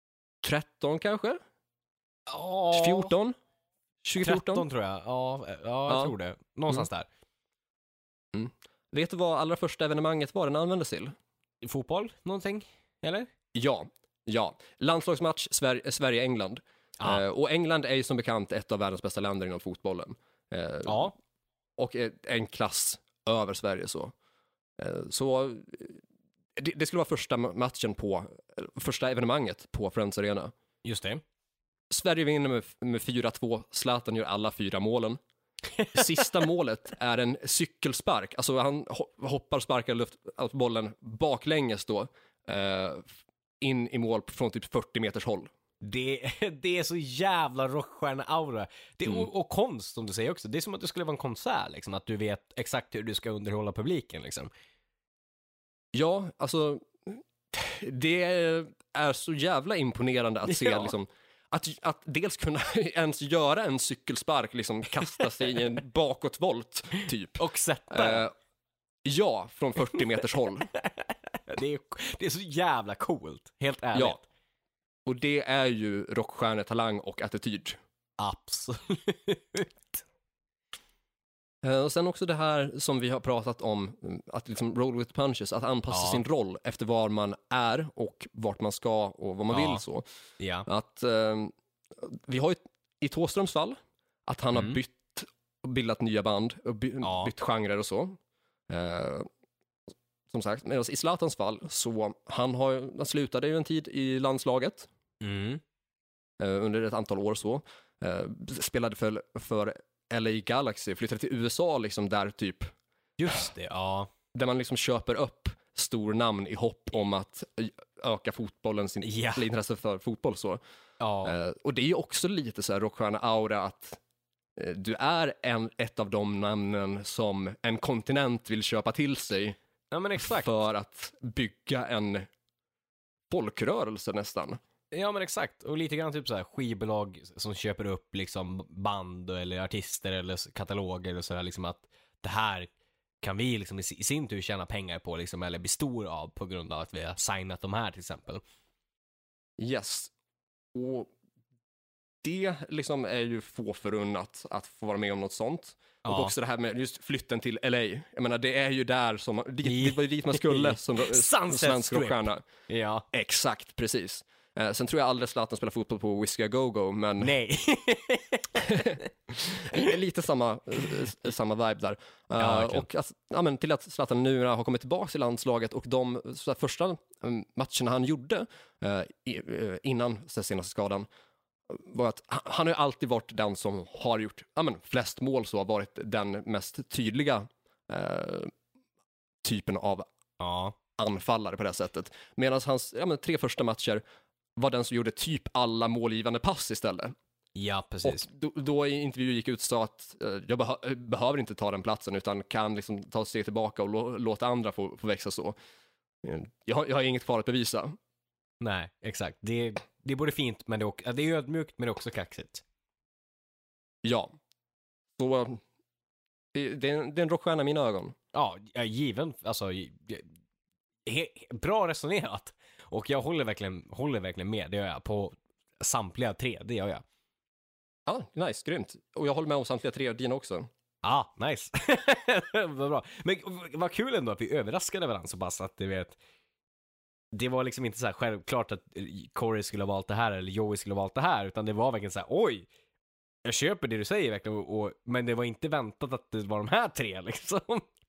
kanske? Oh. fjorton? tjugofjorton? tretton tror jag, ja, ja jag ja. tror det. Någonstans mm. där. Mm. Vet du vad allra första evenemanget var den användes till? Fotboll, någonting, eller? Ja, ja. Landslagsmatch Sver- Sverige-England. Ah. Uh, och England är ju som bekant ett av världens bästa länder inom fotbollen. Uh, ja. Och en klass över Sverige så. Så det, det skulle vara första matchen på, första evenemanget på Friends Arena. Just det. Sverige vinner med, med fyra två. Zlatan gör alla fyra målen. Sista målet är en cykelspark. Alltså han hoppar, sparkar luft, bollen baklänges då. Eh, in i mål från typ fyrtio meters håll. Det, det är så jävla rockstjärna-aura. Det, mm. och, och konst som du säger också. Det är som att det skulle vara en konsert liksom, att du vet exakt hur du ska underhålla publiken liksom. Ja, alltså det är så jävla imponerande att se ja. liksom, att, att dels kunna ens göra en cykelspark, liksom kasta sig i en bakåtvolt typ. Och sätta. Uh, ja, från fyrtio meters håll. det, är, det är så jävla coolt, helt ärligt. Ja. Och det är ju rockstjärnetalang och attityd. Absolut. Uh, och sen också det här som vi har pratat om, att liksom roll with punches, att anpassa ja. sin roll efter var man är och vart man ska och vad man ja. vill så. Ja. Att uh, vi har ju i Thåströms fall att han mm. har bytt och bildat nya band och by- ja. bytt genrer och så. Uh, som sagt, medan i Zlatans fall så han har han slutade ju en tid i landslaget. Mm. Uh, under ett antal år så. Uh, spelade för, för L A Galaxy, flyttade till U S A liksom där typ. Just det, ja. Där man liksom köper upp stor namn i hopp om att öka fotbollen, sin yeah. intresse för fotboll så. Ja. Uh, och det är ju också lite så här rockstjärna-aura att uh, du är en, ett av de namnen som en kontinent vill köpa till sig. Ja, men exakt. För att bygga en folkrörelse nästan. Ja, men exakt. Och lite grann typ så här skivbolag som köper upp liksom band eller artister eller kataloger och sådär, liksom att det här kan vi liksom i sin tur tjäna pengar på liksom, eller bli stor av på grund av att vi har signat de här till exempel. Yes. Och det liksom är ju få förunnat att få vara med om något sånt. Och ja. också det här med just flytten till L A. Jag menar, det är ju där som dit, det var ju dit man skulle som svensk rockstjärna. Ja. Exakt, precis. Eh, sen tror jag aldrig Zlatan spelar fotboll på Whiskey A Go Go, men... Nej. Lite samma, samma vibe där. Ja, uh, och att, ja, men till att Zlatan nu har kommit tillbaka till landslaget och de så här, första um, matcherna han gjorde uh, i, uh, innan den senaste skadan var att han, han har ju alltid varit den som har gjort ja, men, flest mål, så har varit den mest tydliga uh, typen av Ja. anfallare på det sättet. Medan hans ja, men, tre första matcher var den som gjorde typ alla målgivande pass istället. Ja, precis. Och då, då i intervju gick ut så att eh, jag beh- behöver inte ta den platsen utan kan liksom ta ett steg tillbaka och lo- låta andra få, få växa så. Eh, Jag har, jag har inget kvar att bevisa. Nej, exakt. Det, det är både fint, men det är, också, det är ödmjukt, men det är också kaxigt. Ja. Så eh, det, det, är en, det är en rockstjärna i mina ögon. Ja, jag är given. Alltså, he, bra resonerat. Och jag håller verkligen, håller verkligen med, det gör jag, på samtliga tre, det gör jag. Ja, nice, grymt. Och jag håller med om samtliga tre, dina också. Ah, nice. Vad bra. Men vad kul ändå att vi överraskade varandra så pass att du vet. Det var liksom inte så här självklart att Corey skulle ha valt det här eller Joey skulle ha valt det här, utan det var verkligen så här: oj, jag köper det du säger verkligen, och, och, men det var inte väntat att det var de här tre liksom.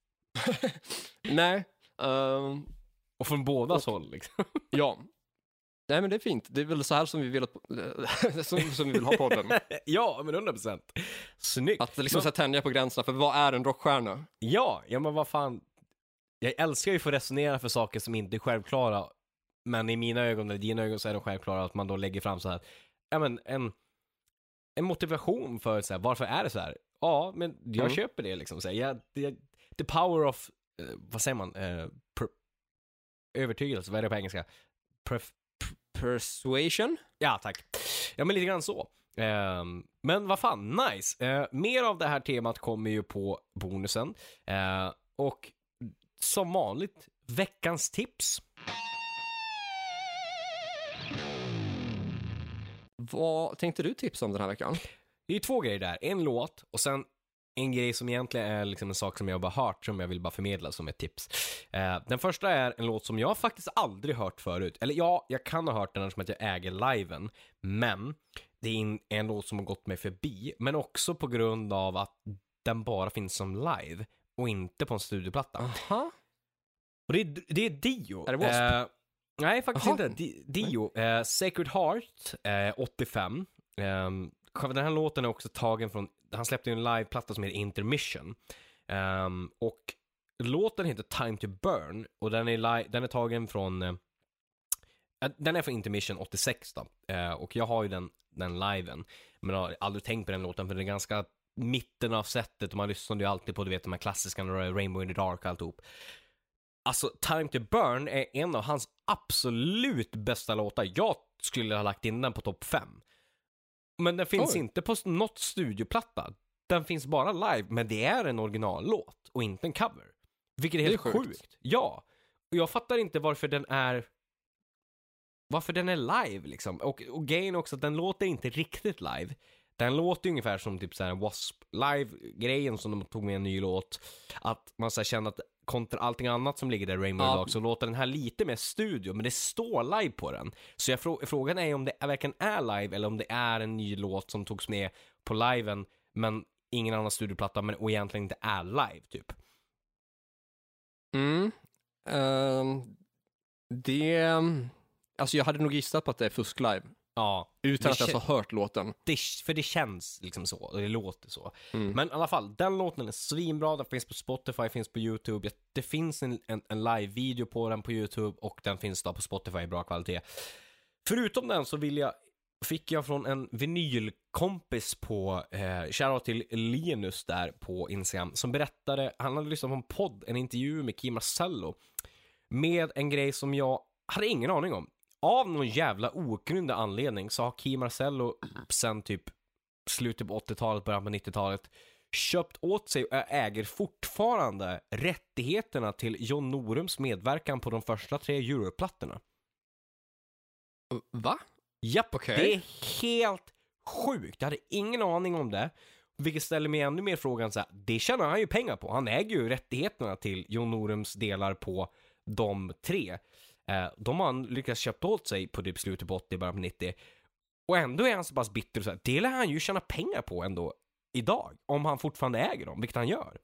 Nej. Um, och från bådas håll liksom. Ja. Nej, men det är fint. Det är väl så här som vi vill, att, som, som vi vill ha podden. Ja, men hundra procent. Snyggt. Att liksom så tänja på gränserna, för vad är en rockstjärna? Ja, ja men vad fan. Jag älskar ju att få resonera för saker som inte är självklara, men i mina ögon eller dina ögon så är det självklara, att man då lägger fram så här, ja men en, en motivation för så här, varför är det så här? Ja, men jag mm. köper det liksom. Så här, jag, det, the power of, uh, vad säger man? Uh, per, övertygelse, vad är det på engelska? Pref, Persuasion? Ja, tack. Ja, men lite grann så. Um, men vad fan, nice. Uh, mer av det här temat kommer ju på bonusen. Uh, och som vanligt, veckans tips. Vad tänkte du tipsa om den här veckan? Det är två grejer där. En låt och sen en grej som egentligen är liksom en sak som jag bara hört, som jag vill bara förmedla som ett tips. Uh, den första är en låt som jag faktiskt aldrig hört förut. Eller ja, jag kan ha hört den som att jag äger liven. Men det är en, en låt som har gått mig förbi. Men också på grund av att den bara finns som live och inte på en studioplatta. Aha. Och det är, det är Dio. Är det W.A.S.P? Uh, nej, faktiskt Aha. inte. Di, Dio. Uh, Sacred Heart, uh, åttiofem. Um, den här låten är också tagen från, han släppte en liveplatta som heter Intermission. Um, och låten heter Time to Burn. Och den är, li- den är tagen från, uh, den är från Intermission åttiosex då. Uh, och jag har ju den, den liven. Men jag har aldrig tänkt på den låten, för den är ganska mitten av sättet. Och man lyssnar ju alltid på, du vet, de här klassiska Rainbow in the Dark och alltihop. Alltså, Time to Burn är en av hans absolut bästa låtar. Jag skulle ha lagt in den på topp fem. Men den finns Oj. inte på något studioplatta. Den finns bara live, men det är en originallåt och inte en cover. Vilket är helt är sjukt. sjukt. Ja. Och jag fattar inte varför den är varför den är live liksom. Och, och grejen också att den låter inte riktigt live. Den låter ungefär som typ så här en W A S P live-grejen som de tog med en ny låt. Att man så här känner att kontra allting annat som ligger där Rainbow Ja. Dark, så låter den här lite mer studio, men det står live på den. Så jag frå- frågan är om det är, verkligen är live eller om det är en ny låt som togs med på liven, men ingen annan studioplatta, men och egentligen inte är live typ. Mm. Um, det... Alltså jag hade nog gissat på att det är fusk live. Ja, Utan det att jag kä- har hört låten. det, för det känns liksom så, och det låter så. Mm. Men i alla fall, den låten är svinbra, den finns på Spotify, finns på YouTube. Det finns en, en, en live-video på den på YouTube, och den finns då på Spotify i bra kvalitet. Förutom den så vill jag, fick jag från en vinylkompis på, eh, shoutout till Linus där på Instagram, som berättade, han hade lyssnat på en podd, en intervju med Kim Marcello, med en grej som jag hade ingen aning om. Av någon jävla ogrundad anledning så har Kim Marcello sen typ slutet på åttiotalet, början på nittiotalet köpt åt sig och äger fortfarande rättigheterna till John Norums medverkan på de första tre Europlattorna. Va? Japp, Okej. det är helt sjukt. Jag hade ingen aning om det. Vilket ställer mig ännu mer frågan så här, det tjänar han ju pengar på. Han äger ju rättigheterna till John Norums delar på de tre. Eh, de har han lyckats köpa åt sig på typ slutet på åttio, början på nittio. Och ändå är han så pass bitter och så här, det lär han ju tjäna pengar på ändå. idag. Om han fortfarande äger dem, vilket han gör.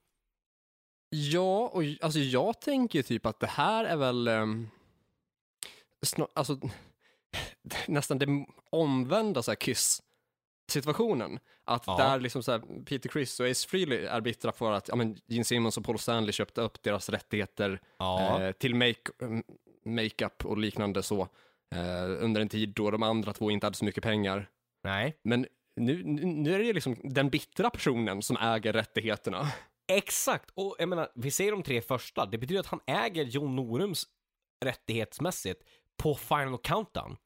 Ja, och alltså jag tänker ju typ att det här är väl um, snar, alltså nästan det omvända så här Kiss-situationen. Att Ja. där liksom så här Peter Criss och Ace Frehley är bittra för att ja, men Gene Simmons och Paul Stanley köpte upp deras rättigheter Ja. eh, till make, makeup och liknande så eh, under en tid då de andra två inte hade så mycket pengar. Nej. Men nu, nu, nu är det liksom den bittra personen som äger rättigheterna. Exakt, och jag menar, vi ser de tre första. Det betyder att han äger Jon Norums rättighetsmässigt på Final Countdown.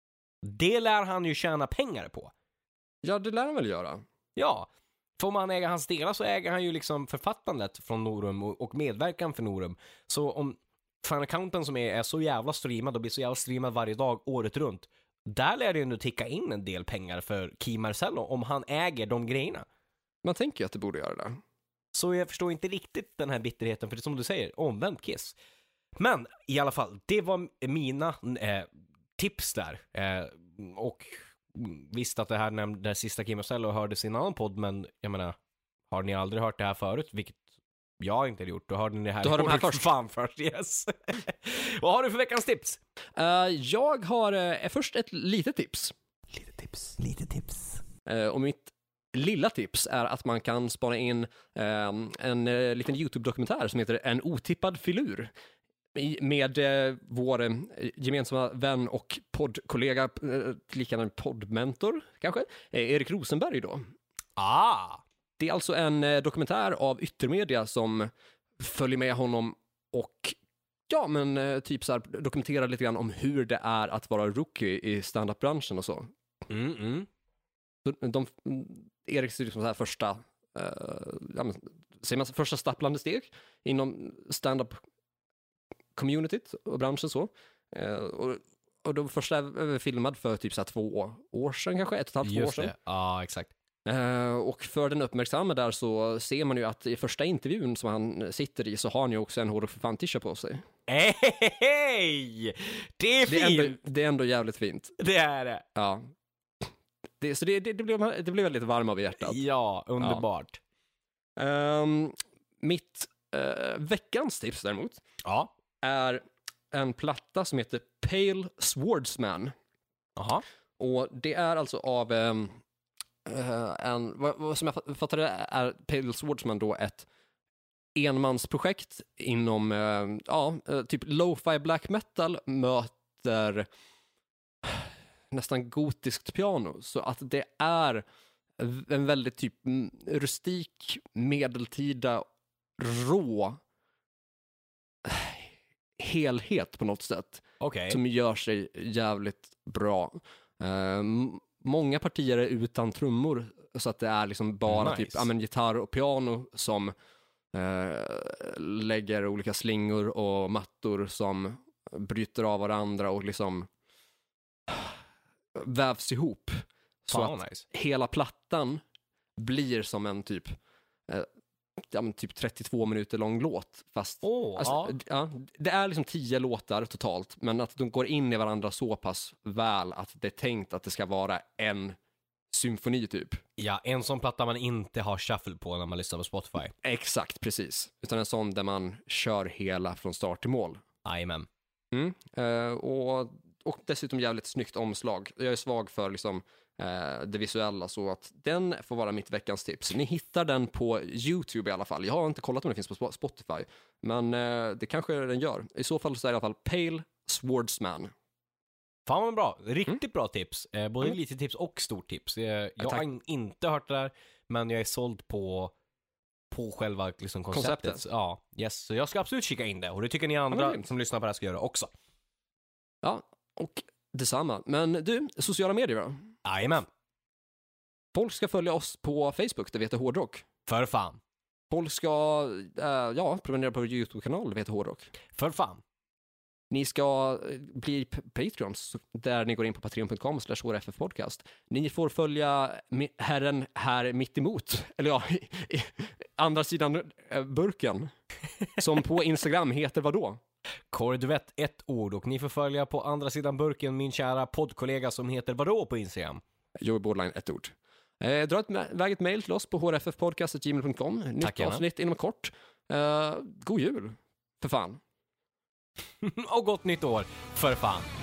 Det lär han ju tjäna pengar på. Ja, det lär han väl göra. Ja, får man äga hans delar så äger han ju liksom författandet från Norum och, och medverkan för Norum. Så om Final Countdown som är, är så jävla streamad och blir så jävla streamad varje dag året runt, där lär det ju nu ticka in en del pengar för Key Marcello om han äger de grejerna. Man tänker ju att det borde göra det. Så jag förstår inte riktigt den här bitterheten, för det är som du säger, omvänt Kiss. Men i alla fall, det var mina eh, tips där. Eh, och visst att det här nämnde den sista Key Marcello hördes i en annan podd, men jag menar, har ni aldrig hört det här förut, vilket jag inte har gjort, då hörde ni det här, då har de här först. Fan först, yes. Vad har du för veckans tips? Uh, jag har uh, först ett litet tips. Lite tips, lite tips. Uh, och mitt lilla tips är att man kan spana in uh, en uh, liten YouTube-dokumentär som heter En otippad filur I, med uh, vår uh, gemensamma vän och poddkollega, uh, likadant poddmentor kanske, uh, Erik Rosenberg då. Ah! Det är alltså en uh, dokumentär av Yttermedia som följer med honom och ja, men uh, typ så här dokumenterar lite grann om hur det är att vara rookie i stand-up-branschen och så. Mm, mm. De, de, Eriks liksom så här första uh, ja, men, säger man, första stapplande steg inom stand-up communityt och branschen så. Uh, och, och de första är filmad för typ så här två år sedan kanske, ett och ett halvt Just år sedan. det, ja exakt. Uh, och för den uppmärksamma där så ser man ju att i första intervjun som han sitter i så har han ju också en Hårdrock för fan t-shirt på sig. Hej! Det är Det är, fint! ändå, det är ändå jävligt fint. Det är det. Ja. Det, så det, det, det, blev, det blev väldigt varm av hjärtat. Ja, underbart. Um, mitt uh, veckans tips däremot Ja. är en platta som heter Pale Swordsman. Jaha. Och det är alltså av um, uh, en, vad, vad som jag fattar det är Pale Swordsman då ett enmansprojekt inom uh, ja, uh, typ lo-fi black metal möter nästan gotiskt piano, så att det är en väldigt typ rustik, medeltida, rå helhet på något sätt. Okej. Som gör sig jävligt bra. Uh, många partier är utan trummor, så att det är liksom bara Nice. typ ja, men, gitarr och piano som uh, lägger olika slingor och mattor som bryter av varandra och liksom vävs ihop. Så Fan, att nice. hela plattan blir som en typ eh, ja, men typ trettiotvå minuter lång låt. Fast Åh, alltså, ja. ja, det är liksom tio låtar totalt, men att de går in i varandra så pass väl att det är tänkt att det ska vara en symfoni typ. Ja, en sån platta man inte har shuffle på när man lyssnar på Spotify. Exakt, precis. Utan en sån där man kör hela från start till mål. Jajamän. Mm. Eh, och, och dessutom jävligt snyggt omslag. Jag är svag för liksom eh, det visuella, så att den får vara mitt veckans tips. Ni hittar den på YouTube i alla fall. Jag har inte kollat om det finns på Spotify, men eh, det kanske den gör. I så fall så är det i alla fall Pale Swordsman. Fan vad bra. Riktigt mm. bra tips. Eh, både Mm. lite tips och stort tips. Eh, jag Ja, har in, inte hört det där, men jag är såld på på själva liksom, konceptet. Konceptet. Ja, yes. Så jag ska absolut kika in det. Och det tycker ni andra men som lyssnar på det här ska göra också. Ja, och detsamma. Men du, sociala medier då? Jajamän. Folk ska följa oss på Facebook, det heter Hårdrock. För fan. Folk ska, äh, ja, prenumerera på vår YouTube-kanal, det heter Hårdrock. För fan. Ni ska bli p- Patreons, där ni går in på patreon punkt com slash podcast. Ni får följa mi- herren här mitt emot, eller ja, i, i, andra sidan äh, burken, som på Instagram heter vad då? Kåre, du vet ett ord, och ni får följa på andra sidan burken min kära poddkollega som heter vadå på Instagram? Joey Bordline, ett ord. Eh, dra ett, väg ett mejl till oss på h r f f podcast at gmail dot com. Nytt Tack gärna. avsnitt inom kort. Eh, god jul, för fan. Och gott nytt år, för fan.